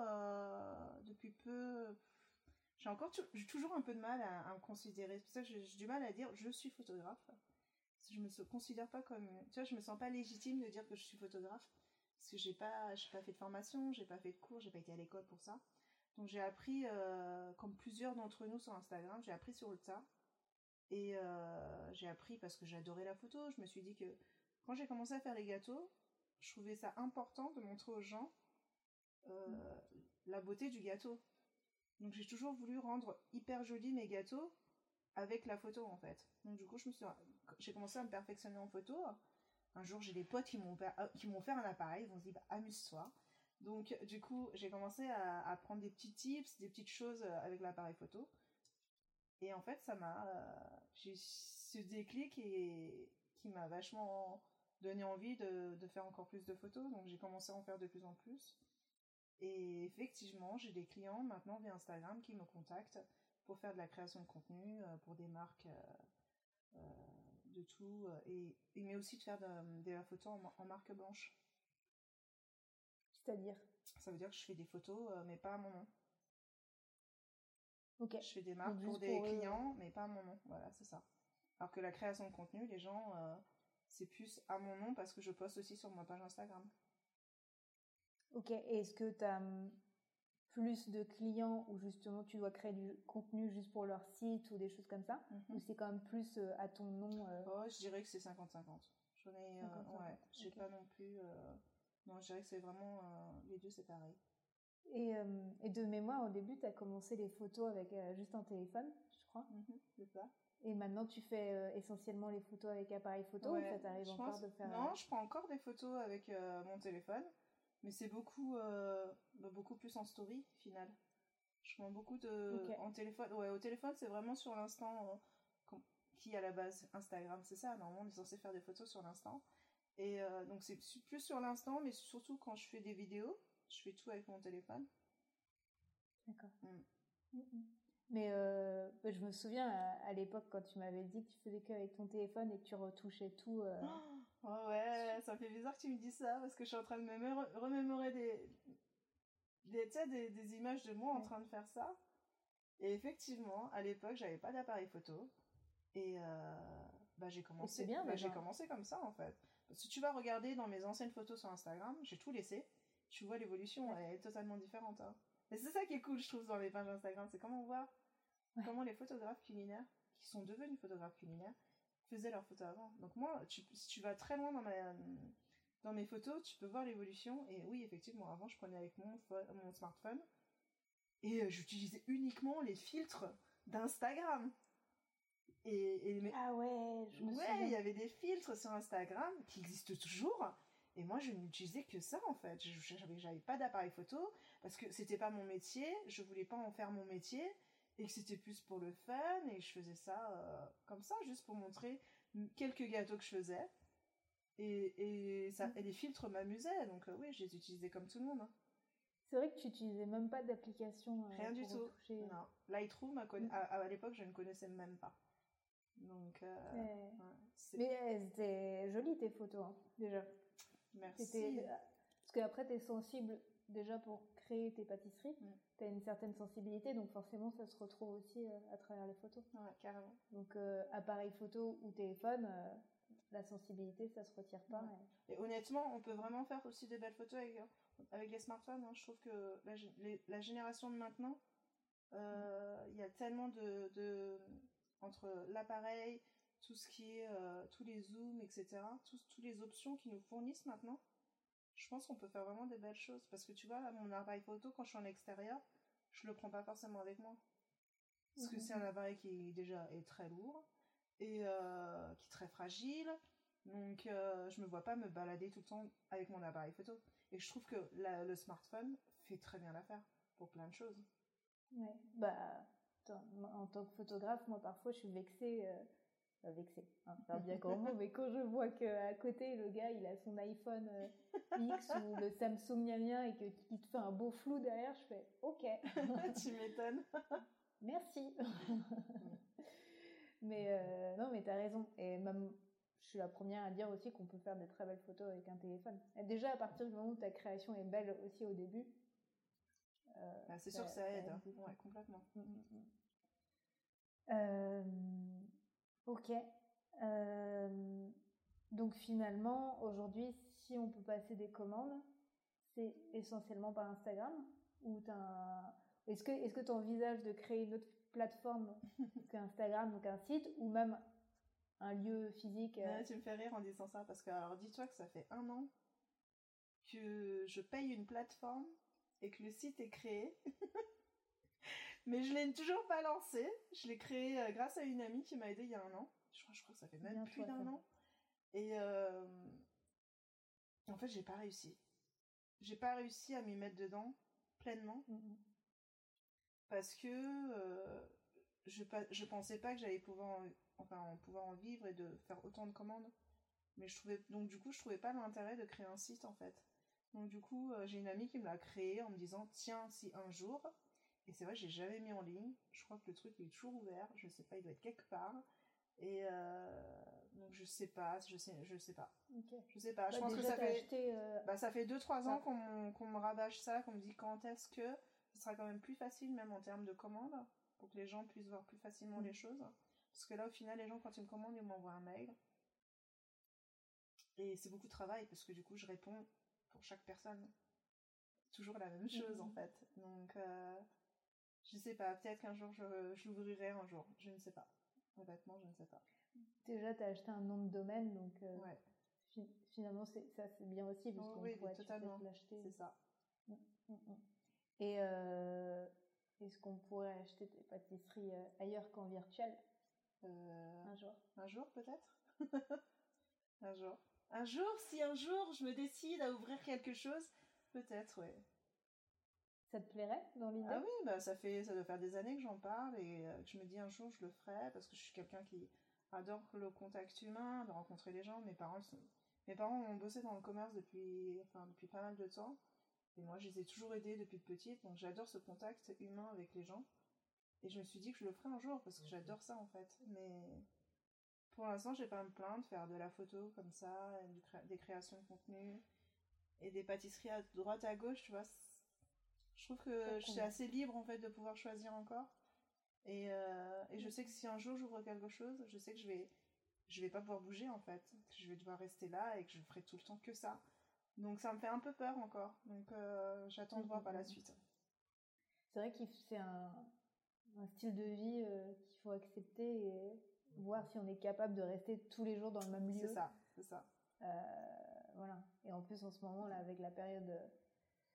peu, j'ai toujours un peu de mal à me considérer. C'est pour ça que j'ai du mal à dire je suis photographe. Je me considère pas comme, tu vois, je me sens pas légitime de dire que je suis photographe parce que j'ai pas fait de formation, j'ai pas fait de cours, j'ai pas été à l'école pour ça. Donc j'ai appris, comme plusieurs d'entre nous sur Instagram, j'ai appris sur le tas. Et j'ai appris parce que j'adorais la photo. Je me suis dit que quand j'ai commencé à faire les gâteaux, je trouvais ça important de montrer aux gens la beauté du gâteau. Donc j'ai toujours voulu rendre hyper jolis mes gâteaux avec la photo en fait. Donc du coup j'ai commencé à me perfectionner en photo. Un jour j'ai des potes qui m'ont offert un appareil, ils m'ont dit amuse-toi. Donc du coup j'ai commencé à prendre des petits tips, des petites choses avec l'appareil photo. Et en fait j'ai eu ce déclic qui m'a vachement donné envie de faire encore plus de photos. Donc j'ai commencé à en faire de plus en plus. Et effectivement, j'ai des clients maintenant via Instagram qui me contactent pour faire de la création de contenu, pour des marques de tout, mais aussi de faire de la photo en marque blanche. C'est-à-dire ? Ça veut dire que je fais des photos, mais pas à mon nom. Ok. Je fais des marques pour des clients, mais pas à mon nom. Voilà, c'est ça. Alors que la création de contenu, les gens, c'est plus à mon nom parce que je poste aussi sur ma page Instagram. Ok, et est-ce que tu as plus de clients où justement tu dois créer du contenu juste pour leur site ou des choses comme ça, ou c'est quand même plus à ton nom Oh, je dirais que c'est 50-50. J'en ai, j'ai pas non plus... Non, je dirais que c'est vraiment... les deux, c'est pareil. Et de mémoire, au début, tu as commencé les photos avec juste un téléphone, je crois. C'est ça. Et maintenant, tu fais essentiellement les photos avec appareil photo, ou ça t'arrive encore de faire... Non, je prends encore des photos avec mon téléphone, mais c'est beaucoup plus en story, final. Je prends beaucoup en téléphone. Ouais, au téléphone, c'est vraiment sur l'instant qui à la base Instagram, c'est ça. Normalement, on est censé faire des photos sur l'instant. Et donc, c'est plus sur l'instant, mais surtout quand je fais des vidéos, je fais tout avec mon téléphone. D'accord. Mais je me souviens à l'époque quand tu m'avais dit que tu faisais qu'avec ton téléphone et que tu retouchais tout. Oh ouais, ça me fait bizarre que tu me dises ça parce que je suis en train de me remémorer des images de moi en train de faire ça. Et effectivement, à l'époque, j'avais pas d'appareil photo. Et j'ai commencé. J'ai commencé comme ça en fait. Si tu vas regarder dans mes anciennes photos sur Instagram, j'ai tout laissé. Tu vois l'évolution, elle est totalement différente. Mais c'est ça qui est cool, je trouve, dans les pages Instagram. C'est comment on voit comment les photographes culinaires, qui sont devenus photographes culinaires, faisaient leurs photos avant. Donc moi, si tu vas très loin dans mes photos, tu peux voir l'évolution. Et oui, effectivement, avant, je prenais avec mon smartphone et j'utilisais uniquement les filtres d'Instagram. Ah ouais, je me souviens. Il y avait des filtres sur Instagram qui existent toujours. Et moi, je n'utilisais que ça, en fait. J'avais pas d'appareil photo parce que c'était pas mon métier. Je voulais pas en faire mon métier et que c'était plus pour le fun. Et je faisais ça comme ça, juste pour montrer quelques gâteaux que je faisais. Et les filtres m'amusaient. Donc oui, je les utilisais comme tout le monde. Hein. C'est vrai que tu utilisais même pas d'application Rien du tout. retoucher. Non. Lightroom, à l'époque, je ne connaissais même pas. Donc, ouais, mais c'était joli tes photos, hein, déjà. Merci. Parce qu'après, tu es sensible déjà pour créer tes pâtisseries. Tu as une certaine sensibilité, donc forcément, ça se retrouve aussi à travers les photos. Ouais, carrément. Donc, appareil photo ou téléphone, la sensibilité, ça se retire pas. Ouais. Et honnêtement, on peut vraiment faire aussi des belles photos avec les smartphones. Hein. Je trouve que la génération de maintenant, il y a tellement entre l'appareil, tout ce qui est tous les zooms, etc., tous les options qu'ils nous fournissent maintenant, je pense qu'on peut faire vraiment des belles choses. Parce que tu vois, mon appareil photo, quand je suis en extérieur, je le prends pas forcément avec moi. Parce que c'est un appareil qui déjà est très lourd et qui est très fragile. Donc je me vois pas me balader tout le temps avec mon appareil photo. Et je trouve que le smartphone fait très bien l'affaire pour plein de choses. Ouais, bah en tant que photographe, moi parfois je suis vexée, hein, c'est bien grand mot, mais quand je vois qu'à côté le gars il a son iPhone X ou le Samsung mien et qu'il te fait un beau flou derrière, je fais ok. Tu m'étonnes. Merci. Mais non, mais t'as raison. Et même, je suis la première à dire aussi qu'on peut faire des très belles photos avec un téléphone. Et déjà, à partir du moment où ta création est belle aussi au début, c'est sûr que ça aide. Ouais, complètement. Ok. Donc finalement, aujourd'hui, si on peut passer des commandes, c'est essentiellement par Instagram ou est-ce que tu envisages de créer une autre plateforme qu'Instagram, donc un site, ou même un lieu physique Ouais, tu me fais rire en disant ça, parce que alors dis-toi que ça fait 1 an que je paye une plateforme et que le site est créé. Mais je l'ai toujours pas lancé. Je l'ai créé grâce à une amie qui m'a aidée il y a 1 an. Je crois que ça fait même plus d'1 an. Et en fait, j'ai pas réussi. J'ai pas réussi à m'y mettre dedans pleinement. Parce que je pensais pas que j'allais pouvoir en vivre et de faire autant de commandes. Mais du coup, je trouvais pas l'intérêt de créer un site en fait. Donc du coup, j'ai une amie qui me l'a créé en me disant tiens, si un jour. Et c'est vrai, j'ai jamais mis en ligne. Je crois que le truc est toujours ouvert. Je sais pas, il doit être quelque part. Et donc je sais pas. Okay. Je sais pas. Je pense que ça fait 2-3 ans qu'on me rabâche ça, qu'on me dit quand est-ce que ce sera quand même plus facile, même en termes de commandes, pour que les gens puissent voir plus facilement les choses. Parce que là, au final, les gens, quand ils me commandent, ils m'envoient un mail. Et c'est beaucoup de travail, parce que du coup, je réponds pour chaque personne. Toujours la même chose, en fait. Donc, je sais pas. Peut-être qu'un jour, je l'ouvrirai un jour. Je ne sais pas. Honnêtement, je ne sais pas. Déjà, t'as acheté un nom de domaine, donc ouais. Finalement, ça c'est bien aussi, parce qu'on pourrait peut-être l'acheter. C'est ça. Et est-ce qu'on pourrait acheter des pâtisseries ailleurs qu'en virtuel un jour? Un jour, peut-être. Un jour, si un jour je me décide à ouvrir quelque chose, peut-être, ouais. Ça te plairait dans l'idée? Ah oui, bah ça doit faire des années que j'en parle et que je me dis un jour je le ferai parce que je suis quelqu'un qui adore le contact humain, de rencontrer les gens. Mes parents ont bossé dans le commerce depuis pas mal de temps. Et moi, je les ai toujours aidés depuis petite, donc j'adore ce contact humain avec les gens. Et je me suis dit que je le ferais un jour, parce que j'adore ça, en fait. Mais pour l'instant, je vais pas me plaindre de faire de la photo comme ça, des créations de contenu, et des pâtisseries à droite à gauche, tu vois. Je trouve que je suis assez libre, en fait, de pouvoir choisir encore. Et je sais que si un jour j'ouvre quelque chose, je sais que je vais pas pouvoir bouger, en fait. Que je vais devoir rester là et que je ferai tout le temps que ça. Donc ça me fait un peu peur encore. Donc j'attends de voir par la suite. C'est vrai que c'est un style de vie qu'il faut accepter et voir si on est capable de rester tous les jours dans le même lieu. C'est ça. Voilà. Et en plus, en ce moment, là, avec la période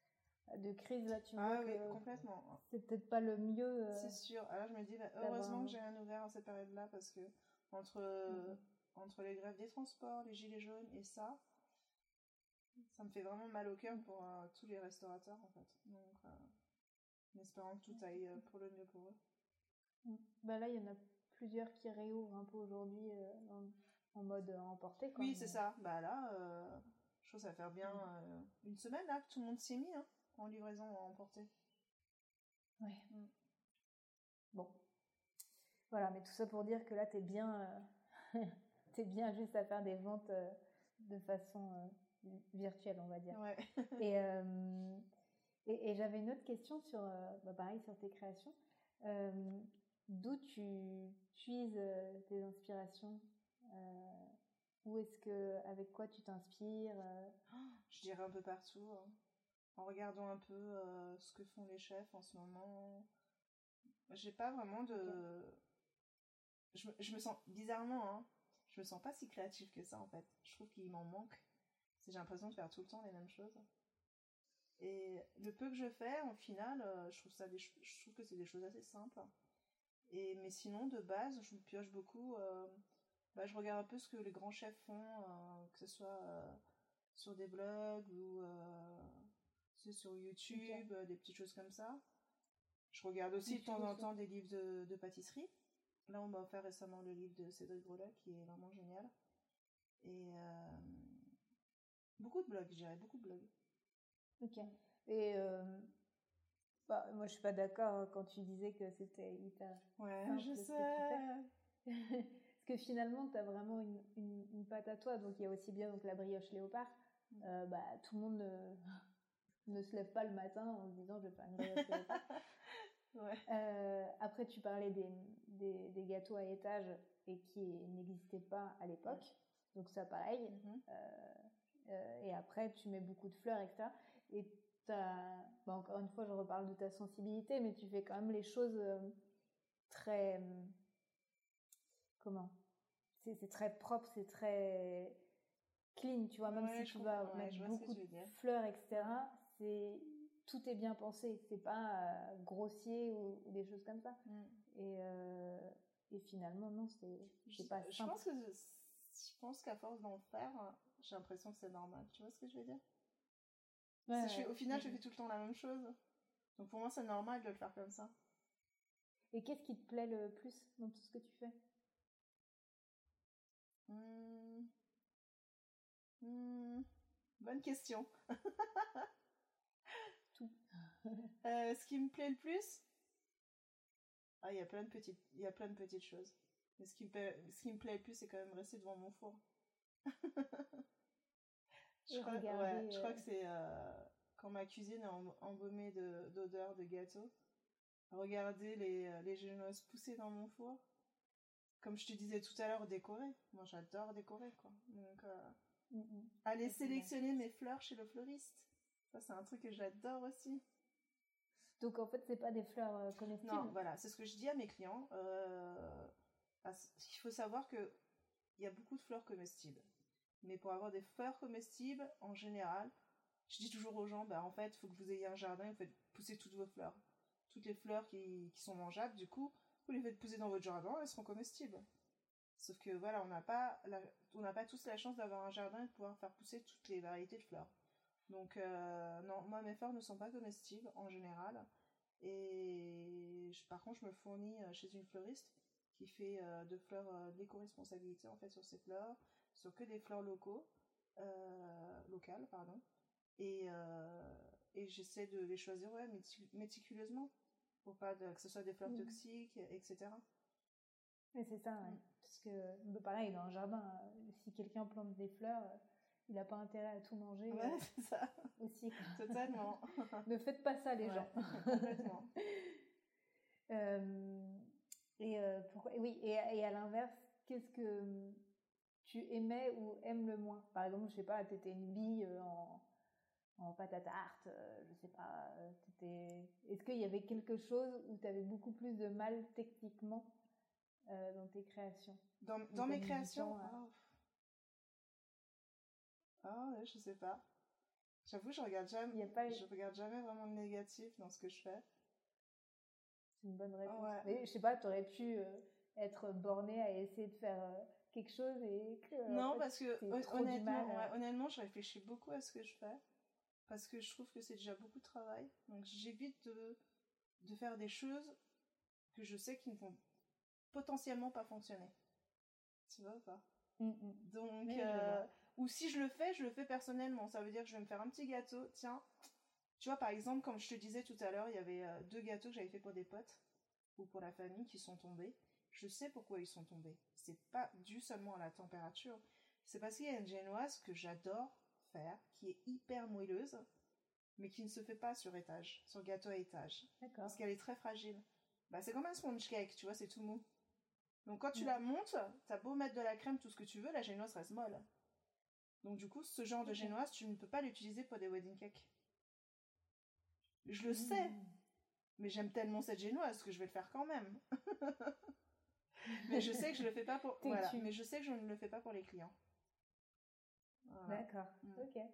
de crise, là, tu Ah vois oui, que complètement. c'est peut-être pas le mieux. C'est sûr. Alors je me dis, d'avoir heureusement que j'ai rien ouvert à cette période-là parce que entre, Mhm. entre les grèves des transports, les gilets jaunes et ça me fait vraiment mal au cœur pour tous les restaurateurs en fait. Donc en espérant que tout aille pour le mieux pour eux. Bah là, il y en a plusieurs qui réouvrent un peu aujourd'hui en mode emporté, quoi. Oui, c'est ça. Bah là, je trouve que ça va faire bien une semaine là que tout le monde s'y est mis en livraison à emporter. Ouais. Bon. Voilà, mais tout ça pour dire que là, t'es bien, t'es bien juste à faire des ventes de façon virtuelle, on va dire. Ouais. Et j'avais une autre question sur, pareil, sur tes créations. D'où tu puises tes inspirations Où est-ce que, avec quoi tu t'inspires Je dirais un peu partout. En regardant un peu ce que font les chefs en ce moment. J'ai pas vraiment de... Ok. Je me sens, bizarrement, je me sens pas si créative que ça en fait. Je trouve qu'il m'en manque. J'ai l'impression de faire tout le temps les mêmes choses. Et le peu que je fais, en final, je trouve que c'est des choses assez simples. Mais sinon, de base, je me pioche beaucoup. Je regarde un peu ce que les grands chefs font, que ce soit sur des blogs ou sur YouTube, Ok. des petites choses comme ça. Je regarde aussi de temps en temps des livres de pâtisserie. Là, on m'a offert récemment le livre de Cédric Grolet, qui est vraiment génial. Et beaucoup de blogs, je dirais, beaucoup de blogs. Ok. Et moi, je suis pas d'accord quand tu disais que c'était hyper simple je ce sais. que tu fais. Parce que finalement, tu as vraiment une patte à toi. Donc, il y a aussi bien donc, la brioche léopard. Tout le monde ne se lève pas le matin en se disant je vais faire une brioche léopard. Après, tu parlais des gâteaux à étage et qui n'existaient pas à l'époque. Donc, ça, pareil. Et après, tu mets beaucoup de fleurs, etc. Et encore une fois, je reparle de ta sensibilité, mais tu fais quand même les choses très... comment c'est très propre, c'est très clean, tu vois, même si tu vas mettre beaucoup de fleurs, etc., tout est bien pensé, c'est pas grossier ou des choses comme ça. Et finalement, non, c'est pas simple. Je pense qu'à force d'en faire, j'ai l'impression que c'est normal, tu vois ce que je veux dire? Au final, je fais tout le temps la même chose. Donc pour moi, c'est normal de le faire comme ça. Et qu'est-ce qui te plaît le plus dans tout ce que tu fais? Bonne question. Tout. Ce qui me plaît le plus, il y a plein de petites choses. Mais ce qui me plaît le plus, c'est quand même rester devant mon four. Je crois que c'est quand ma cuisine est embaumée d'odeurs de gâteaux. Regarder les génoises pousser dans mon four. Comme je te disais tout à l'heure, décorer. Moi, j'adore décorer, quoi. Donc, aller sélectionner mes fleurs chez le fleuriste. Ça, c'est un truc que j'adore aussi. Donc, en fait, c'est pas des fleurs comestibles? Non, voilà, c'est ce que je dis à mes clients. Il faut savoir qu'il y a beaucoup de fleurs comestibles. Mais pour avoir des fleurs comestibles, en général, je dis toujours aux gens, en fait, il faut que vous ayez un jardin, vous faites pousser toutes vos fleurs. Toutes les fleurs qui sont mangeables, du coup, vous les faites pousser dans votre jardin, elles seront comestibles. Sauf que voilà, on n'a pas tous la chance d'avoir un jardin et de pouvoir faire pousser toutes les variétés de fleurs. Donc non, moi mes fleurs ne sont pas comestibles en général. Et par contre, je me fournis chez une fleuriste qui fait de fleurs d'éco-responsabilité en fait sur ses fleurs, sur que des fleurs locales, pardon. Et j'essaie de les choisir méticuleusement pour pas que ce soit des fleurs toxiques, etc. Mais c'est ça, ouais. Parce que pareil, dans un jardin, si quelqu'un plante des fleurs, il n'a pas intérêt à tout manger. Ouais, c'est ça. Aussi, quoi. Totalement. Ne faites pas ça, les gens. Complètement. Et à l'inverse, qu'est-ce que tu aimais ou aimes le moins? Par exemple, je sais pas, t'étais une bille en pâte à tarte, je sais pas, est-ce qu'il y avait quelque chose où tu avais beaucoup plus de mal techniquement dans tes créations? Dans mes créations, je sais pas. J'avoue, je regarde jamais, Il y a pas... je regarde jamais vraiment le négatif dans ce que je fais. C'est une bonne réponse. Ouais. Mais je sais pas, t'aurais pu être bornée à essayer de faire quelque chose et que... Non, en fait, parce que honnêtement, honnêtement, je réfléchis beaucoup à ce que je fais. Parce que je trouve que c'est déjà beaucoup de travail. Donc j'évite de faire des choses que je sais qui ne vont potentiellement pas fonctionner. Tu vois ou pas? Donc, oui, ou si je le fais personnellement. Ça veut dire que je vais me faire un petit gâteau. Tiens, tu vois, par exemple, comme je te disais tout à l'heure, il y avait 2 gâteaux que j'avais fait pour des potes ou pour la famille qui sont tombés. Je sais pourquoi ils sont tombés. C'est pas dû seulement à la température. C'est parce qu'il y a une génoise que j'adore faire, qui est hyper moelleuse, mais qui ne se fait pas sur étage, sur gâteau à étage. D'accord. Parce qu'elle est très fragile. Bah, c'est comme un sponge cake, tu vois, c'est tout mou. Donc quand tu la montes, t'as beau mettre de la crème, tout ce que tu veux, la génoise reste molle. Donc du coup, ce genre de génoise, tu ne peux pas l'utiliser pour des wedding cakes. Je le sais, mais j'aime tellement cette génoise que je vais le faire quand même. Mais je sais que je le fais pas pour... Voilà, mais je sais que je ne le fais pas pour les clients. Voilà. D'accord, ok.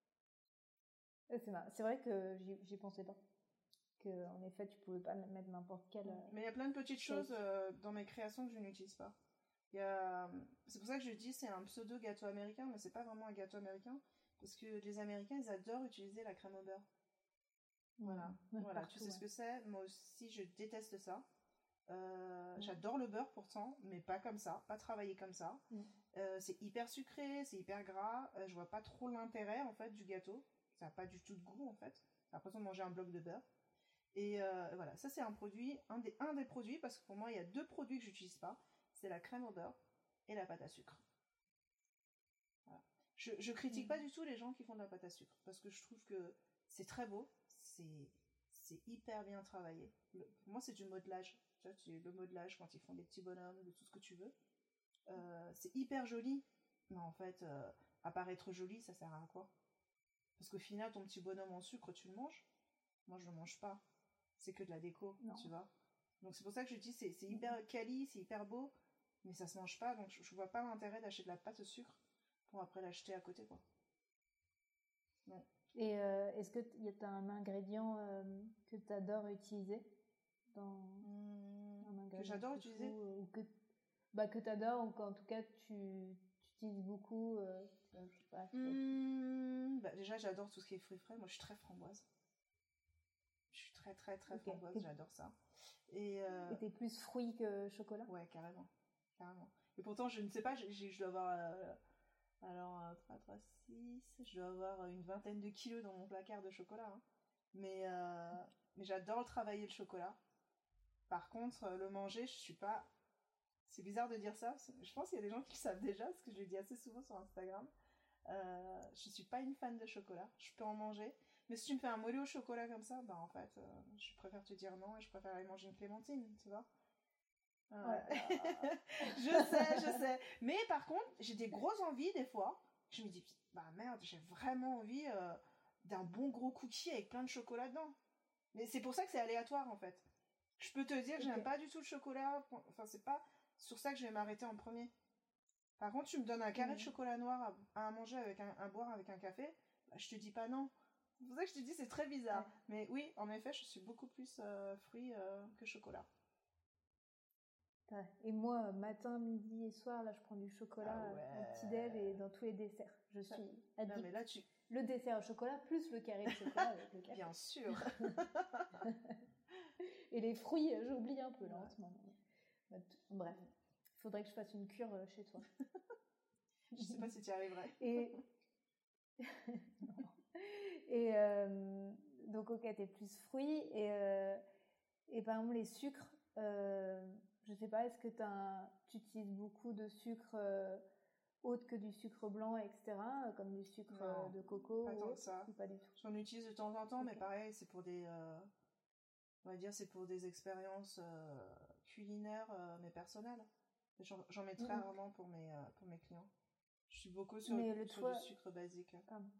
C'est vrai que j'y pensais pas. Que, en effet, tu pouvais pas mettre n'importe quel... Mais il y a plein de petites choses dans mes créations que je n'utilise pas. C'est pour ça que je dis c'est un pseudo gâteau américain, mais c'est pas vraiment un gâteau américain. Parce que les Américains, ils adorent utiliser la crème au beurre. Voilà, partout, tu sais ce que c'est. Moi aussi, je déteste ça. J'adore le beurre pourtant, mais pas comme ça, pas travaillé comme ça. C'est hyper sucré, c'est hyper gras. Je vois pas trop l'intérêt en fait du gâteau. Ça n'a pas du tout de goût en fait. J'ai l'impression de manger un bloc de beurre. Et voilà, ça c'est un produit, un des produits, parce que pour moi il y a 2 produits que j'utilise pas. C'est la crème au beurre et la pâte à sucre. Voilà. Je critique pas du tout les gens qui font de la pâte à sucre, parce que je trouve que c'est très beau, c'est hyper bien travaillé. Pour moi c'est du modelage. Tu vois, le modelage quand ils font des petits bonhommes, de tout ce que tu veux. C'est hyper joli, mais en fait, à part être joli, ça sert à quoi? Parce qu'au final, ton petit bonhomme en sucre, tu le manges? Moi, je le mange pas. C'est que de la déco, tu vois. Donc c'est pour ça que je dis, c'est hyper quali, c'est hyper beau, mais ça se mange pas, donc je vois pas l'intérêt d'acheter de la pâte au sucre pour après l'acheter à côté, quoi. Non. Et est-ce que t'as un ingrédient que tu adores utiliser dans un ingrédient que j'adore utiliser ou que tu adores, ou qu'en tout cas tu utilises beaucoup, je sais pas, déjà j'adore tout ce qui est fruits frais. Moi je suis très framboise, je suis très framboise, j'adore ça. Et t'es plus fruits que chocolat? Ouais, carrément. Et pourtant je ne sais pas, je dois avoir 3, 3, 6, je dois avoir une 20aine de kilos dans mon placard de chocolat, hein. Mais j'adore travailler le chocolat. Par contre, le manger, je suis pas... C'est bizarre de dire ça, je pense qu'il y a des gens qui le savent déjà, parce que je le dis assez souvent sur Instagram. Je suis pas une fan de chocolat, je peux en manger. Mais si tu me fais un moelleux au chocolat comme ça, bah en fait, je préfère te dire non et je préfère aller manger une clémentine, tu vois. Je sais. Mais par contre, j'ai des grosses envies des fois. Je me dis, bah merde, j'ai vraiment envie d'un bon gros cookie avec plein de chocolat dedans. Mais c'est pour ça que c'est aléatoire en fait. Je peux te dire que j'aime pas du tout le chocolat. Enfin, c'est pas sur ça que je vais m'arrêter en premier. Par contre, tu me donnes un carré de chocolat noir à manger avec à boire avec un café, bah, je te dis pas non. C'est pour ça que je te dis c'est très bizarre. Mais oui, en effet, je suis beaucoup plus fruits que chocolat. Et moi, matin, midi et soir, là, je prends du chocolat au petit-déj et dans tous les desserts. Je suis addict. Non, mais là, le dessert au chocolat plus le carré de chocolat avec le café. Bien sûr. Et les fruits, j'oublie un peu là en ce moment. Bref, il faudrait que je fasse une cure chez toi. Je sais pas si tu y arriverais. Et donc ok, t'es plus fruits et par exemple les sucres, je sais pas, est-ce que tu utilises beaucoup de sucre autre que du sucre blanc, etc., comme du sucre de coco pas tant que ça. Ou pas du tout? J'en utilise de temps en temps, mais pareil, c'est pour des on va dire c'est pour des expériences culinaires mais personnelles. J'en mets très rarement pour mes clients. Je suis beaucoup sur du sucre basique.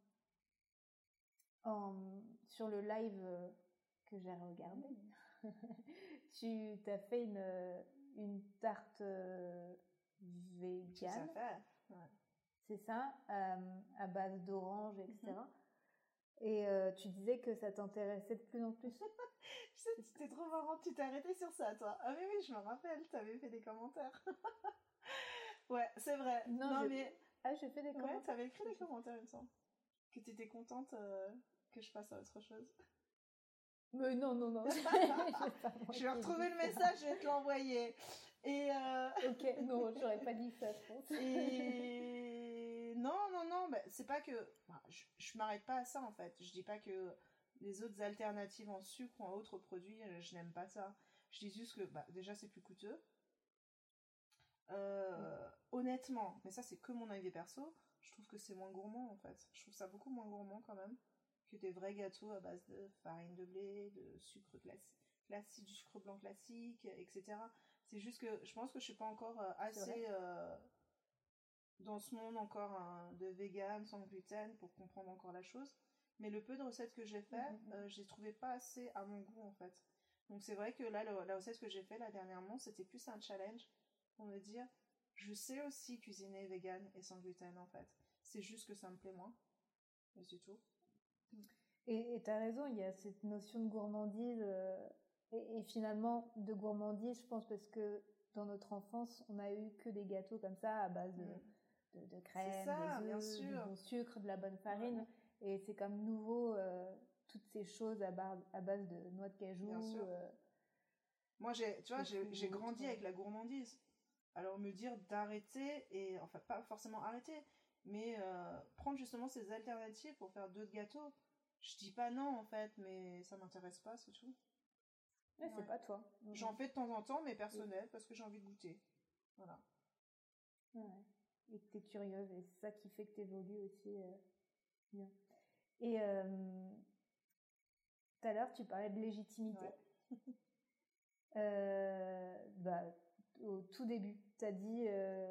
Sur le live que j'ai regardé, tu t'as fait une tarte végane. C'est ça fait. Ouais. C'est ça, à base d'orange, etc. Et tu disais que ça t'intéressait de plus en plus. C'était trop marrant, tu t'es arrêtée sur ça, toi. Ah mais oui, je me rappelle, t'avais fait des commentaires. Ouais, c'est vrai. Non, mais... Ah, j'ai fait des commentaires. Ouais, t'avais écrit des commentaires, il me semble. Que t'étais contente que je passe à autre chose. Mais non. Je vais retrouver le message, je vais te l'envoyer. Et Ok, non, j'aurais pas dit ça, je pense. Et non, bah, c'est pas que... Bah, je m'arrête pas à ça, en fait. Je dis pas que les autres alternatives en sucre ou en autres produits, je n'aime pas ça. Je dis juste que, bah, déjà, c'est plus coûteux. Honnêtement, mais ça, c'est que mon avis perso, je trouve que c'est moins gourmand, en fait. Je trouve ça beaucoup moins gourmand, quand même, que des vrais gâteaux à base de farine de blé, de sucre classique, du sucre blanc classique, etc. C'est juste que je pense que je suis pas encore assez dans ce monde encore de vegan, sans gluten, pour comprendre encore la chose. Mais le peu de recettes que j'ai fait, je les trouvais pas assez à mon goût, en fait. Donc c'est vrai que là, la recette que j'ai fait là dernièrement, c'était plus un challenge pour me dire, je sais aussi cuisiner vegan et sans gluten, en fait. C'est juste que ça me plaît moins. Et c'est tout. Et t'as raison, il y a cette notion de gourmandise. Et finalement, de gourmandise, je pense, parce que dans notre enfance, on a eu que des gâteaux comme ça à base de crème, ça, des œufs, du bon sucre, de la bonne farine. Et c'est comme nouveau, toutes ces choses à base de noix de cajou. Bien sûr. Moi, j'ai grandi avec la gourmandise. Alors me dire d'arrêter, et enfin pas forcément arrêter, mais prendre justement ces alternatives pour faire d'autres gâteaux, je dis pas non en fait, mais ça m'intéresse pas, c'est tout. Ouais, c'est pas toi. J'en fais de temps en temps, mais personnel, parce que j'ai envie de goûter. Voilà. Ouais. Et que t'es curieuse, et c'est ça qui fait que t'évolues aussi bien. Et tout à l'heure, tu parlais de légitimité. Bah, au tout début, tu as dit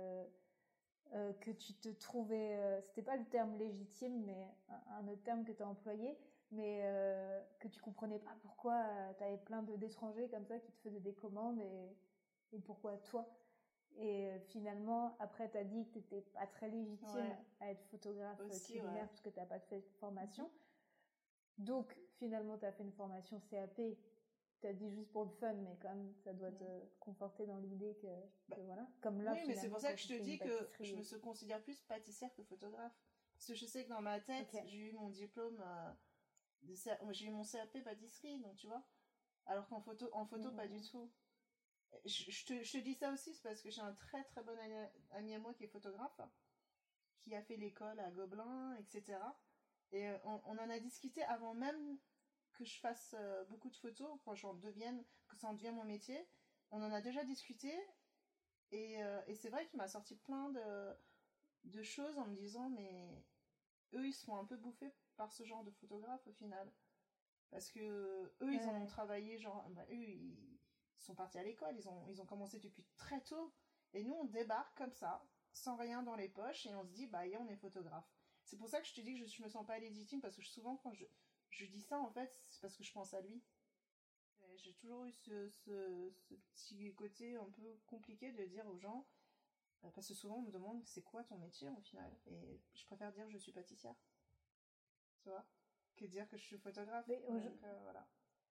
que tu te trouvais, c'était pas le terme légitime, mais un autre terme que tu as employé, mais que tu comprenais pas pourquoi tu avais plein d'étrangers comme ça qui te faisaient des commandes et pourquoi toi. Et finalement, après, tu as dit que tu n'étais pas très légitime à être photographe culinaire parce que tu n'as pas fait de formation. Donc, finalement, tu as fait une formation CAP. Tu as dit juste pour le fun, mais quand même, ça doit te conforter dans l'idée que voilà. Comme là, oui, mais c'est pour ça que je te dis que je me considère plus pâtissière que photographe. Parce que je sais que dans ma tête, j'ai eu mon diplôme, j'ai eu mon CAP pâtisserie, donc tu vois. Alors qu'en photo, pas du tout. Je te dis ça aussi, c'est parce que j'ai un très très bon ami à moi qui est photographe, qui a fait l'école à Gobelin, etc. Et on en a discuté avant même que je fasse beaucoup de photos, que ça en devienne mon métier. On en a déjà discuté, et c'est vrai qu'il m'a sorti plein de choses en me disant, mais eux, ils se font un peu bouffer par ce genre de photographe au final. Parce que eux, ils en ont travaillé, genre, bah, eux, ils sont partis à l'école, ils ont commencé depuis très tôt. Et nous, on débarque comme ça, sans rien dans les poches, et on se dit, bah, on est photographe. C'est pour ça que je te dis que je me sens pas légitime, parce que souvent, quand je dis ça, en fait, c'est parce que je pense à lui. Et j'ai toujours eu ce petit côté un peu compliqué de dire aux gens, parce que souvent, on me demande, c'est quoi ton métier, au final? Et je préfère dire, je suis pâtissière. Tu vois? Que dire que je suis photographe. Donc, voilà.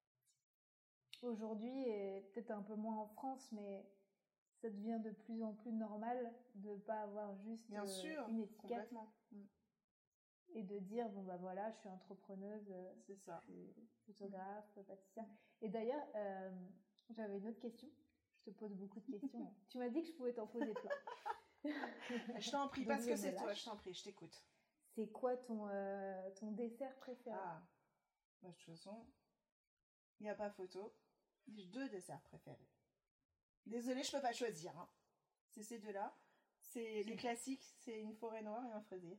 Aujourd'hui, et peut-être un peu moins en France, mais ça devient de plus en plus normal de ne pas avoir juste Bien sûr, une étiquette. Complètement. Et de dire, bon bah voilà, je suis entrepreneuse, c'est ça. Je suis photographe, pâtissière. Et d'ailleurs, j'avais une autre question. Je te pose beaucoup de questions. Tu m'as dit que je pouvais t'en poser plein. Je t'en prie, parce que c'est toi, je t'en prie, je t'écoute. C'est quoi ton dessert préféré? Ah, bah, de toute façon, il n'y a pas photo. J'ai 2 desserts préférés. Désolée, je peux pas choisir. Hein. C'est ces deux-là. C'est les classiques, c'est une forêt noire et un fraisier.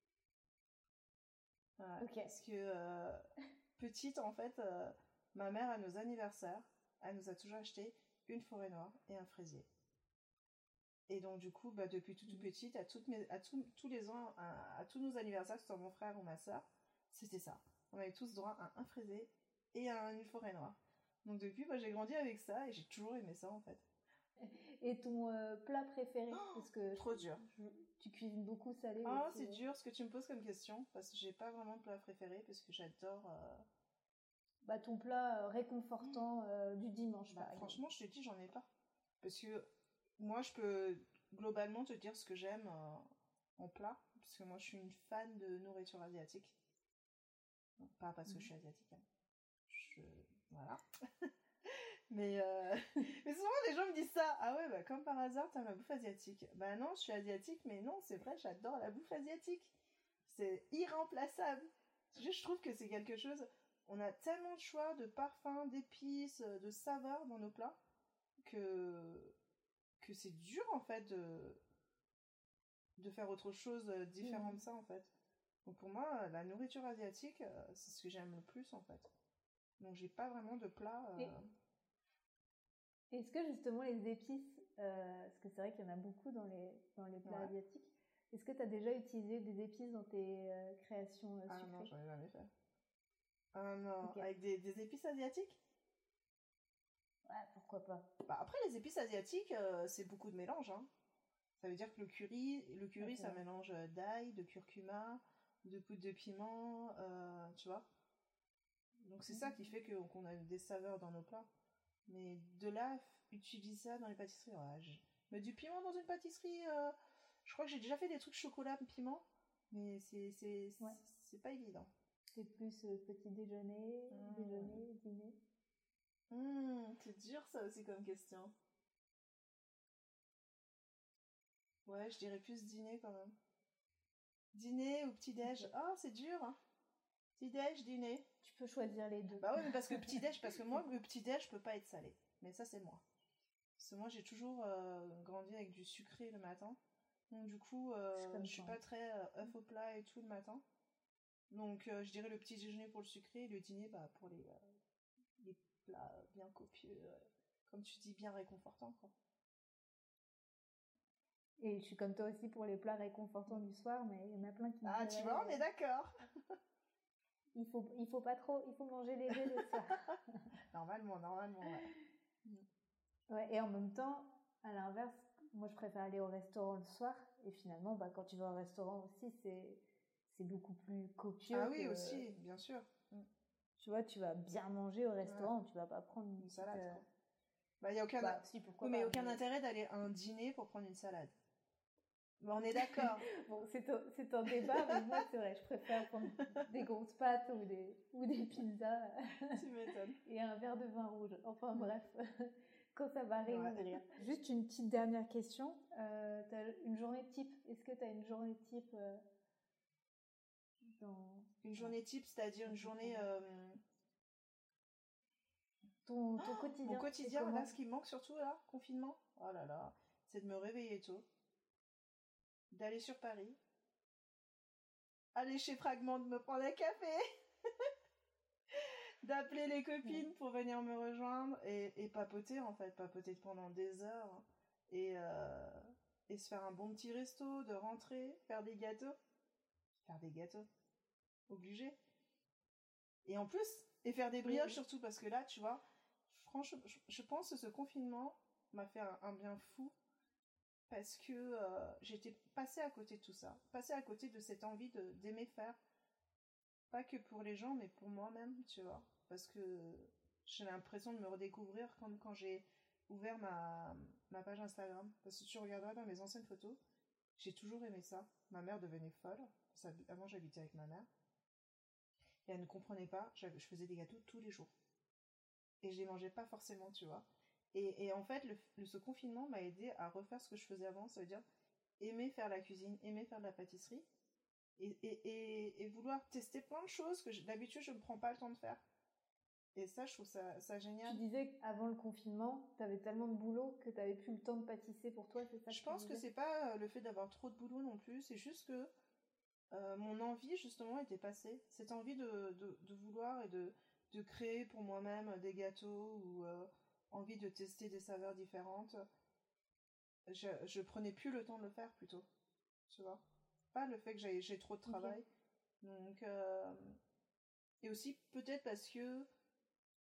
Voilà. Okay. Parce que petite, en fait, ma mère, à nos anniversaires, elle nous a toujours acheté une forêt noire et un fraisier. Et donc, du coup, bah, depuis toute petite, tous les ans, à tous nos anniversaires, que ce soit mon frère ou ma soeur, c'était ça. On avait tous droit à un fraisier et à une forêt noire. Donc, depuis, bah, j'ai grandi avec ça et j'ai toujours aimé ça, en fait. Et ton plat préféré? Parce que trop dur. Tu cuisines beaucoup salé Ah, aussi. c'est dur ce que tu me poses comme question, parce que j'ai pas vraiment de plat préféré, parce que j'adore... Bah, ton plat réconfortant du dimanche, Bah, par exemple. franchement, je te dis, j'en ai pas. Parce que moi, je peux globalement te dire ce que j'aime en plat, parce que moi, je suis une fan de nourriture asiatique. Non, pas parce que je suis asiatique, hein. Voilà. mais, mais souvent, les gens me disent ça. Ah ouais, bah, comme par hasard, t'aimes la bouffe asiatique. Bah non, je suis asiatique, mais non, c'est vrai, j'adore la bouffe asiatique. C'est irremplaçable. Je trouve que c'est quelque chose... On a tellement de choix de parfums, d'épices, de saveurs dans nos plats que c'est dur en fait de faire autre chose différent de ça en fait. Donc pour moi, la nourriture asiatique, c'est ce que j'aime le plus en fait. Donc j'ai pas vraiment de plat. Est-ce que justement les épices, parce que c'est vrai qu'il y en a beaucoup dans les plats asiatiques, est-ce que tu as déjà utilisé des épices dans tes créations sucrées? Ah non, j'en ai jamais fait. Ah non, okay. Avec des épices asiatiques? Ouais, pourquoi pas. Bah après, les épices asiatiques, c'est beaucoup de mélange, hein. Ça veut dire que le curry, ça mélange d'ail, de curcuma, de poudre de piment, tu vois. Donc c'est ça qui fait qu'on a des saveurs dans nos plats. Mais de là, utiliser ça dans les pâtisseries, ouais. Mais du piment dans une pâtisserie, je crois que j'ai déjà fait des trucs chocolat piment, mais c'est pas évident. C'est plus petit déjeuner, déjeuner, dîner. C'est dur ça aussi comme question. Ouais, je dirais plus dîner quand même. Dîner ou petit-déj. Ah, c'est dur, hein. Petit-déj, dîner. Tu peux choisir les deux. Bah ouais, mais parce que petit-déj, parce que moi, le petit-déj peut pas être salé. Mais ça, c'est moi. Parce que moi, j'ai toujours grandi avec du sucré le matin. Donc du coup, je suis pas très œuf au plat et tout le matin. Donc je dirais le petit déjeuner pour le sucré et le dîner bah, pour les plats bien copieux. Comme tu dis, bien réconfortants, quoi. Et je suis comme toi aussi pour les plats réconfortants du soir, mais il y en a plein qui... Ah, tu vois, on est d'accord. Il faut pas trop, il faut manger léger le soir. Normalement, ouais. Ouais, et en même temps, à l'inverse, moi je préfère aller au restaurant le soir, et finalement, bah, quand tu vas au restaurant aussi, c'est beaucoup plus copieux. Ah oui, aussi, bien sûr. Tu vois, tu vas bien manger au restaurant, tu vas pas prendre une salade, quoi. Bah, y a aucun, mais aucun intérêt d'aller à un dîner pour prendre une salade. Bon, on est d'accord. Bon, c'est un débat, mais moi, c'est vrai, je préfère prendre des grosses pâtes ou des pizzas. Tu m'étonnes. Et un verre de vin rouge. Enfin, bref, quand ça va réouvrir. Juste une petite dernière question. T'as une journée type. Est-ce que tu as une journée type Une journée type, c'est-à-dire une journée... Ton quotidien. Mon quotidien, là, ce qui me manque surtout, là, confinement, oh là là, c'est de me réveiller tôt, d'aller sur Paris, aller chez Fragment, de me prendre un café, d'appeler les copines pour venir me rejoindre et papoter, en fait, papoter pendant des heures et se faire un bon petit resto, de rentrer, faire des gâteaux, obligé. Et en plus, et faire des brioches surtout, parce que là, tu vois, franchement, je pense que ce confinement m'a fait un bien fou parce que j'étais passée à côté de tout ça, passée à côté de cette envie d'aimer faire, pas que pour les gens, mais pour moi-même, tu vois, parce que j'ai l'impression de me redécouvrir quand j'ai ouvert ma page Instagram, parce que tu regarderas dans mes anciennes photos, j'ai toujours aimé ça. Ma mère devenait folle, avant j'habitais avec ma mère, et elle ne comprenait pas, je faisais des gâteaux tous les jours. Et je les mangeais pas forcément, tu vois. Et en fait, ce confinement m'a aidé à refaire ce que je faisais avant, ça veut dire aimer faire la cuisine, aimer faire de la pâtisserie, et vouloir tester plein de choses que d'habitude je ne prends pas le temps de faire. Et ça, je trouve ça génial. Tu disais qu'avant le confinement, tu avais tellement de boulot que tu n'avais plus le temps de pâtisser pour toi, c'est ça? Je pense que c'est pas le fait d'avoir trop de boulot non plus, c'est juste que mon envie justement était passée. Cette envie de vouloir et de créer pour moi-même des gâteaux ou envie de tester des saveurs différentes. Je prenais plus le temps de le faire plutôt, tu vois. Pas le fait que j'ai trop de travail. Okay. Donc et aussi peut-être parce que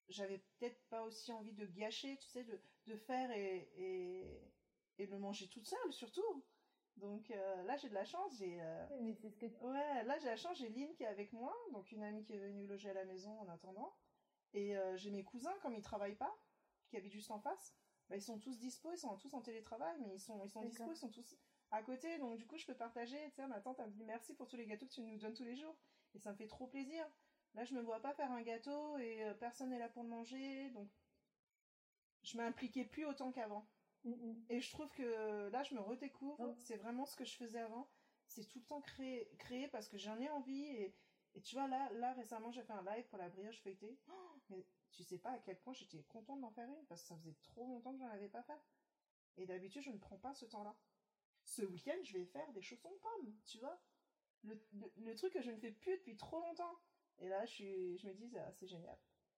j'avais peut-être pas aussi envie de gâcher, tu sais, de faire et le manger toute seule, surtout. Donc là, j'ai de la chance. Mais c'est ce que... Ouais, là, j'ai la chance, j'ai Lynn qui est avec moi, donc une amie qui est venue loger à la maison en attendant. Et j'ai mes cousins, comme ils travaillent pas, qui habitent juste en face, bah, ils sont tous dispo, ils sont tous en télétravail, mais ils sont dispo, ils sont tous à côté, donc du coup, je peux partager. Tu sais, ma tante, elle me dit merci pour tous les gâteaux que tu nous donnes tous les jours. Et ça me fait trop plaisir. Là, je me vois pas faire un gâteau et personne n'est là pour le manger, donc je m'impliquais plus autant qu'avant. Et je trouve que là, je me redécouvre. C'est vraiment ce que je faisais avant. C'est tout le temps créer parce que j'en ai envie. Et tu vois, là, récemment, j'ai fait un live pour la brioche feuilletée. Oh, mais tu sais pas à quel point j'étais contente d'en faire une parce que ça faisait trop longtemps que j'en avais pas fait. Et d'habitude, je ne prends pas ce temps-là. Ce week-end, je vais faire des chaussons de pommes, tu vois. Le truc que je ne fais plus depuis trop longtemps. Et là, je me dis, c'est génial.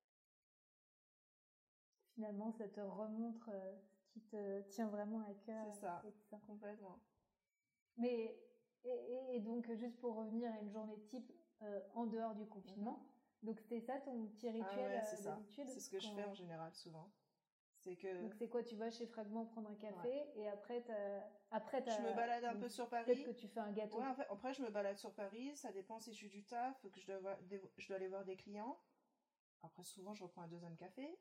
Finalement, ça te remontre ce qui te tient vraiment à cœur. C'est ça, complètement. Mais, et donc, juste pour revenir à une journée type en dehors du confinement, donc c'était ça ton petit rituel d'habitude? C'est ce que je fais en général, souvent. C'est que... Donc c'est quoi, tu vas chez Fragment prendre un café et après je me balade un peu sur Paris. Peut-être que tu fais un gâteau. Ouais, en fait, après je me balade sur Paris, ça dépend si je suis du taf, que je dois aller voir des clients. Après souvent je reprends un deuxième café.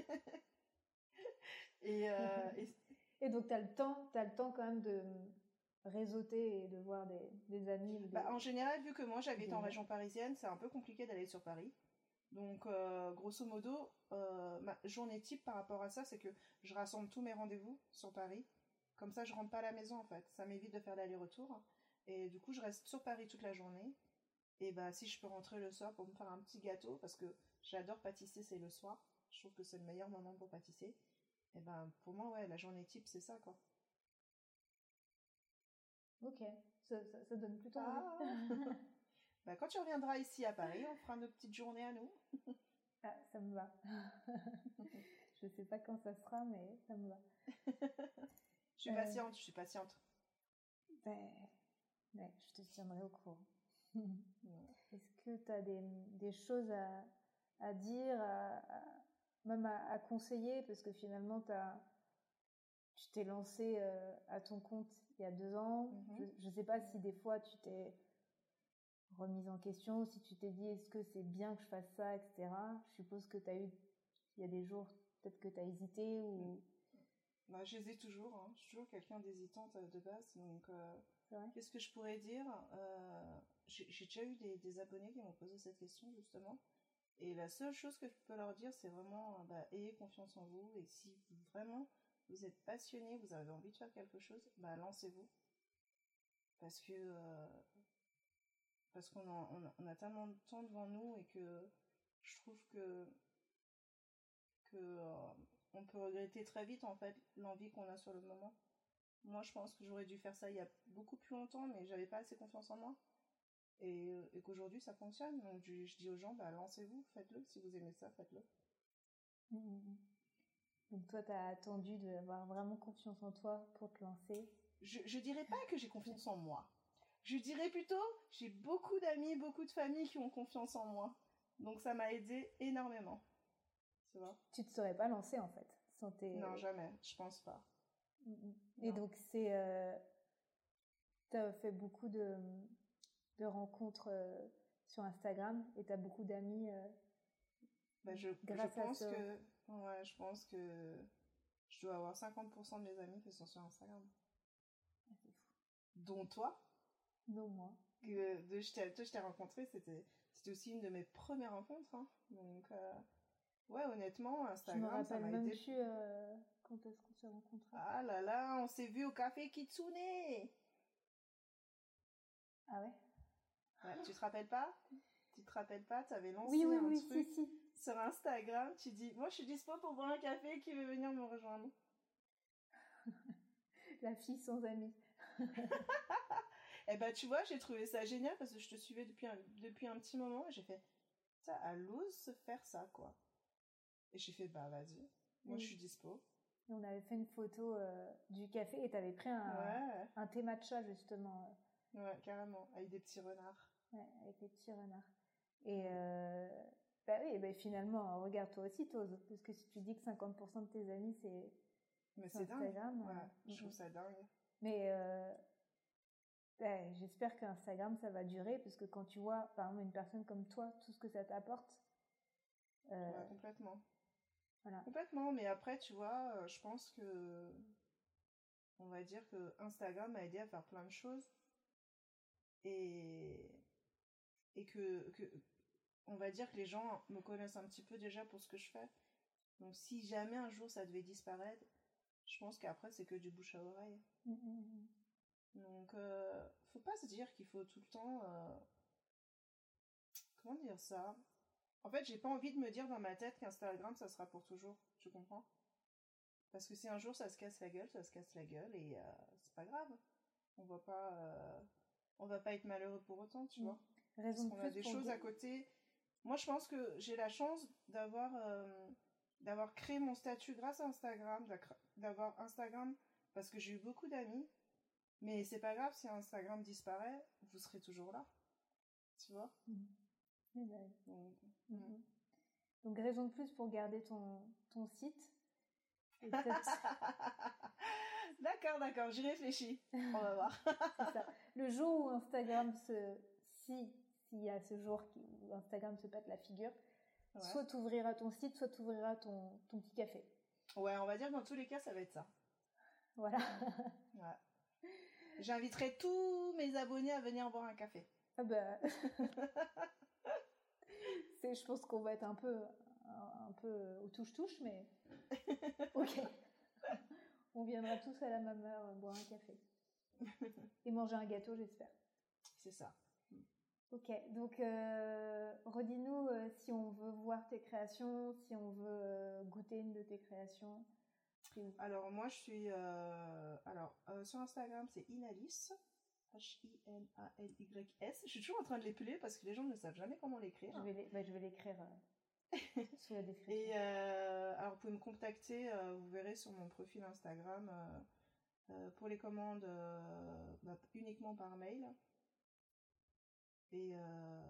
Et donc t'as le temps quand même de réseauter et de voir des amis. En général, vu que moi j'habite en région parisienne, c'est un peu compliqué d'aller sur Paris. Donc, grosso modo, ma journée type par rapport à ça, c'est que je rassemble tous mes rendez-vous sur Paris. Comme ça, je rentre pas à la maison, en fait. Ça m'évite de faire l'aller-retour. Et du coup, je reste sur Paris toute la journée. Et bah, si je peux rentrer le soir pour me faire un petit gâteau, parce que j'adore pâtisser, c'est le soir. Je trouve que c'est le meilleur moment pour pâtisser. Et ben, pour moi, ouais, la journée type, c'est ça, quoi. Ok, ça donne plutôt envie. Bah, quand tu reviendras ici à Paris, on fera nos petites journées à nous. Ah, ça me va. Je sais pas quand ça sera, mais ça me va. Je suis patiente. Ouais, je te tiendrai au courant. Est-ce que tu as des choses à dire, même à conseiller? Parce que finalement, tu t'es lancé à ton compte il y a 2 ans. Je ne sais pas si des fois tu t'es remise en question, si tu t'es dit est-ce que c'est bien que je fasse ça, etc. Je suppose que il y a des jours peut-être que tu as hésité ou... Bah, j'hésite toujours, hein. Je suis toujours quelqu'un d'hésitante de base, donc qu'est-ce que je pourrais dire? J'ai déjà eu des abonnés qui m'ont posé cette question justement, et la seule chose que je peux leur dire, c'est vraiment ayez confiance en vous, et si vraiment vous êtes passionné, vous avez envie de faire quelque chose, lancez-vous, parce qu'on a tellement de temps devant nous, et que je trouve que on peut regretter très vite en fait l'envie qu'on a sur le moment. Moi, je pense que j'aurais dû faire ça il y a beaucoup plus longtemps, mais j'avais pas assez confiance en moi. Et qu'aujourd'hui, ça fonctionne. Donc, je dis aux gens, lancez-vous, faites-le. Si vous aimez ça, faites-le. Donc, toi, tu as attendu d'avoir vraiment confiance en toi pour te lancer? Je dirais pas que j'ai confiance en moi. Je dirais plutôt, j'ai beaucoup d'amis, beaucoup de familles qui ont confiance en moi. Donc, ça m'a aidé énormément. Tu vois? Tu te serais pas lancée, en fait, sans tes... Non, jamais. Je pense pas. Et donc, t'as fait beaucoup de rencontres sur Instagram et t'as beaucoup d'amis je pense que je dois avoir 50% de mes amis qui sont sur Instagram. Ah, c'est fou. Dont toi? Dont moi. Je t'ai rencontré, c'était aussi une de mes premières rencontres. Hein. Donc, ouais, honnêtement, Instagram, ça m'a aidé. Je me rappelle même plus quand est-ce qu'on s'est rencontrés. Ah là là, on s'est vu au café Kitsune. Ah ouais? Ouais, tu te rappelles pas? Tu te rappelles pas? Tu avais lancé un truc sur Instagram. Tu dis, moi je suis dispo pour boire un café, qui veut venir me rejoindre? La fille sans amis. Eh ben tu vois, j'ai trouvé ça génial parce que je te suivais depuis un petit moment et j'ai fait, ça, elle ose faire ça quoi. Et j'ai fait, vas-y, moi je suis dispo. Et on avait fait une photo du café et t'avais pris un thé matcha justement. Ouais, carrément, avec des petits renards. Ouais, avec des petits renards. Et Bah oui, bah finalement, regarde, toi aussi, t'oses. Parce que si tu dis que 50% de tes amis, Mais c'est c'est dingue. Instagram... Ouais, je trouve ça dingue. Mais j'espère qu'Instagram, ça va durer, parce que quand tu vois, par exemple, une personne comme toi, tout ce que ça t'apporte... Ouais, complètement. Voilà. Complètement, mais après, tu vois, je pense que... On va dire que Instagram m'a aidé à faire plein de choses. Et que on va dire que les gens me connaissent un petit peu déjà pour ce que je fais. Donc si jamais un jour ça devait disparaître, je pense qu'après c'est que du bouche à oreille. Donc faut pas se dire qu'il faut tout le temps... Comment dire ça? En fait, j'ai pas envie de me dire dans ma tête qu'Instagram ça sera pour toujours. Tu comprends? Parce que si un jour ça se casse la gueule, ça se casse la gueule et c'est pas grave. On va pas être malheureux pour autant, tu vois. Parce qu'on a des choses à côté. Moi, je pense que j'ai la chance d'avoir créé mon statut grâce à Instagram, d'avoir Instagram parce que j'ai eu beaucoup d'amis. Mais c'est pas grave si Instagram disparaît, vous serez toujours là. Tu vois? Donc, raison de plus pour garder ton site. Et D'accord, j'y réfléchis. On va voir. C'est ça. Le jour où Instagram s'il y a ce jour où Instagram se pète la figure, soit t'ouvriras ton site, soit t'ouvriras ton petit café. Ouais, on va dire dans tous les cas, ça va être ça. Voilà. Ouais. J'inviterai tous mes abonnés à venir boire un café. Ah bah... je pense qu'on va être un peu au touche-touche, mais... Ok. On viendra tous à la même heure boire un café. Et manger un gâteau, j'espère. C'est ça. Ok, donc redis-nous si on veut voir tes créations, si on veut goûter une de tes créations. Alors moi je suis... sur Instagram c'est Inalis. H-I-N-A-L-Y-S. Je suis toujours en train de l'épeler parce que les gens ne savent jamais comment l'écrire. Je vais l'écrire sous la description. Et alors vous pouvez me contacter, vous verrez sur mon profil Instagram pour les commandes uniquement par mail. Et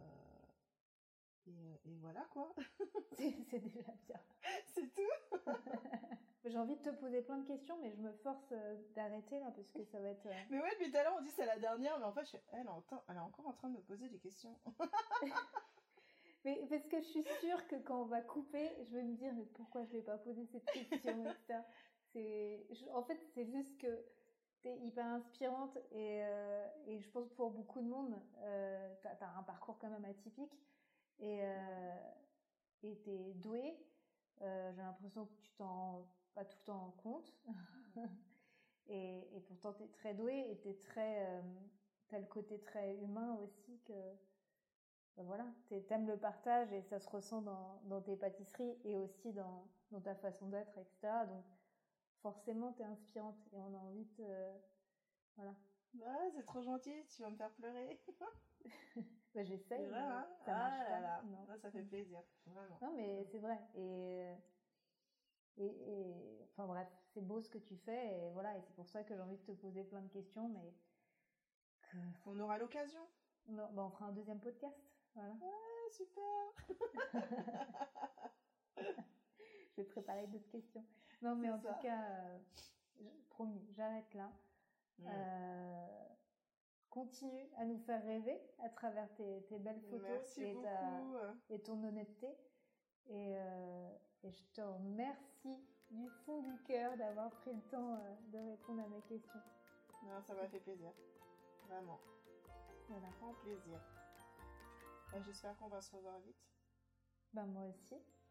voilà quoi. C'est déjà bien. C'est tout. J'ai envie de te poser plein de questions, mais je me force d'arrêter là parce que ça va être... Mais ouais, depuis tout à l'heure on dit c'est la dernière, mais en fait elle est encore en train de me poser des questions. Mais parce que je suis sûre que quand on va couper, je vais me dire mais pourquoi je vais pas poser cette question, etc. En fait, c'est juste que t'es hyper inspirante et je pense pour beaucoup de monde, t'as un parcours quand même atypique et t'es douée. J'ai l'impression que tu t'en rends pas tout le temps compte. et pourtant t'es très douée et t'as le côté très humain aussi que... Ben voilà, t'aimes le partage et ça se ressent dans tes pâtisseries et aussi dans ta façon d'être, etc. Donc forcément t'es inspirante et on a envie de... Voilà. Ah, c'est trop gentil, tu vas me faire pleurer. Ben, j'essaye, vrai, hein? ça marche pas. Là. Non. Ça fait plaisir, vraiment. Non mais c'est vrai. Et enfin bref, c'est beau ce que tu fais et voilà, et c'est pour ça que j'ai envie de te poser plein de questions, mais on aura l'occasion. Non, ben on fera un deuxième podcast. Voilà. Ouais, super. Je vais préparer d'autres questions. Non, mais en tout cas, promis, j'arrête là. Continue à nous faire rêver à travers tes belles photos et ton honnêteté. Et je te remercie du fond du cœur d'avoir pris le temps de répondre à mes questions. Non, ça m'a fait plaisir. Vraiment. Voilà. Grand plaisir. J'espère qu'on va se revoir vite. Ben moi aussi.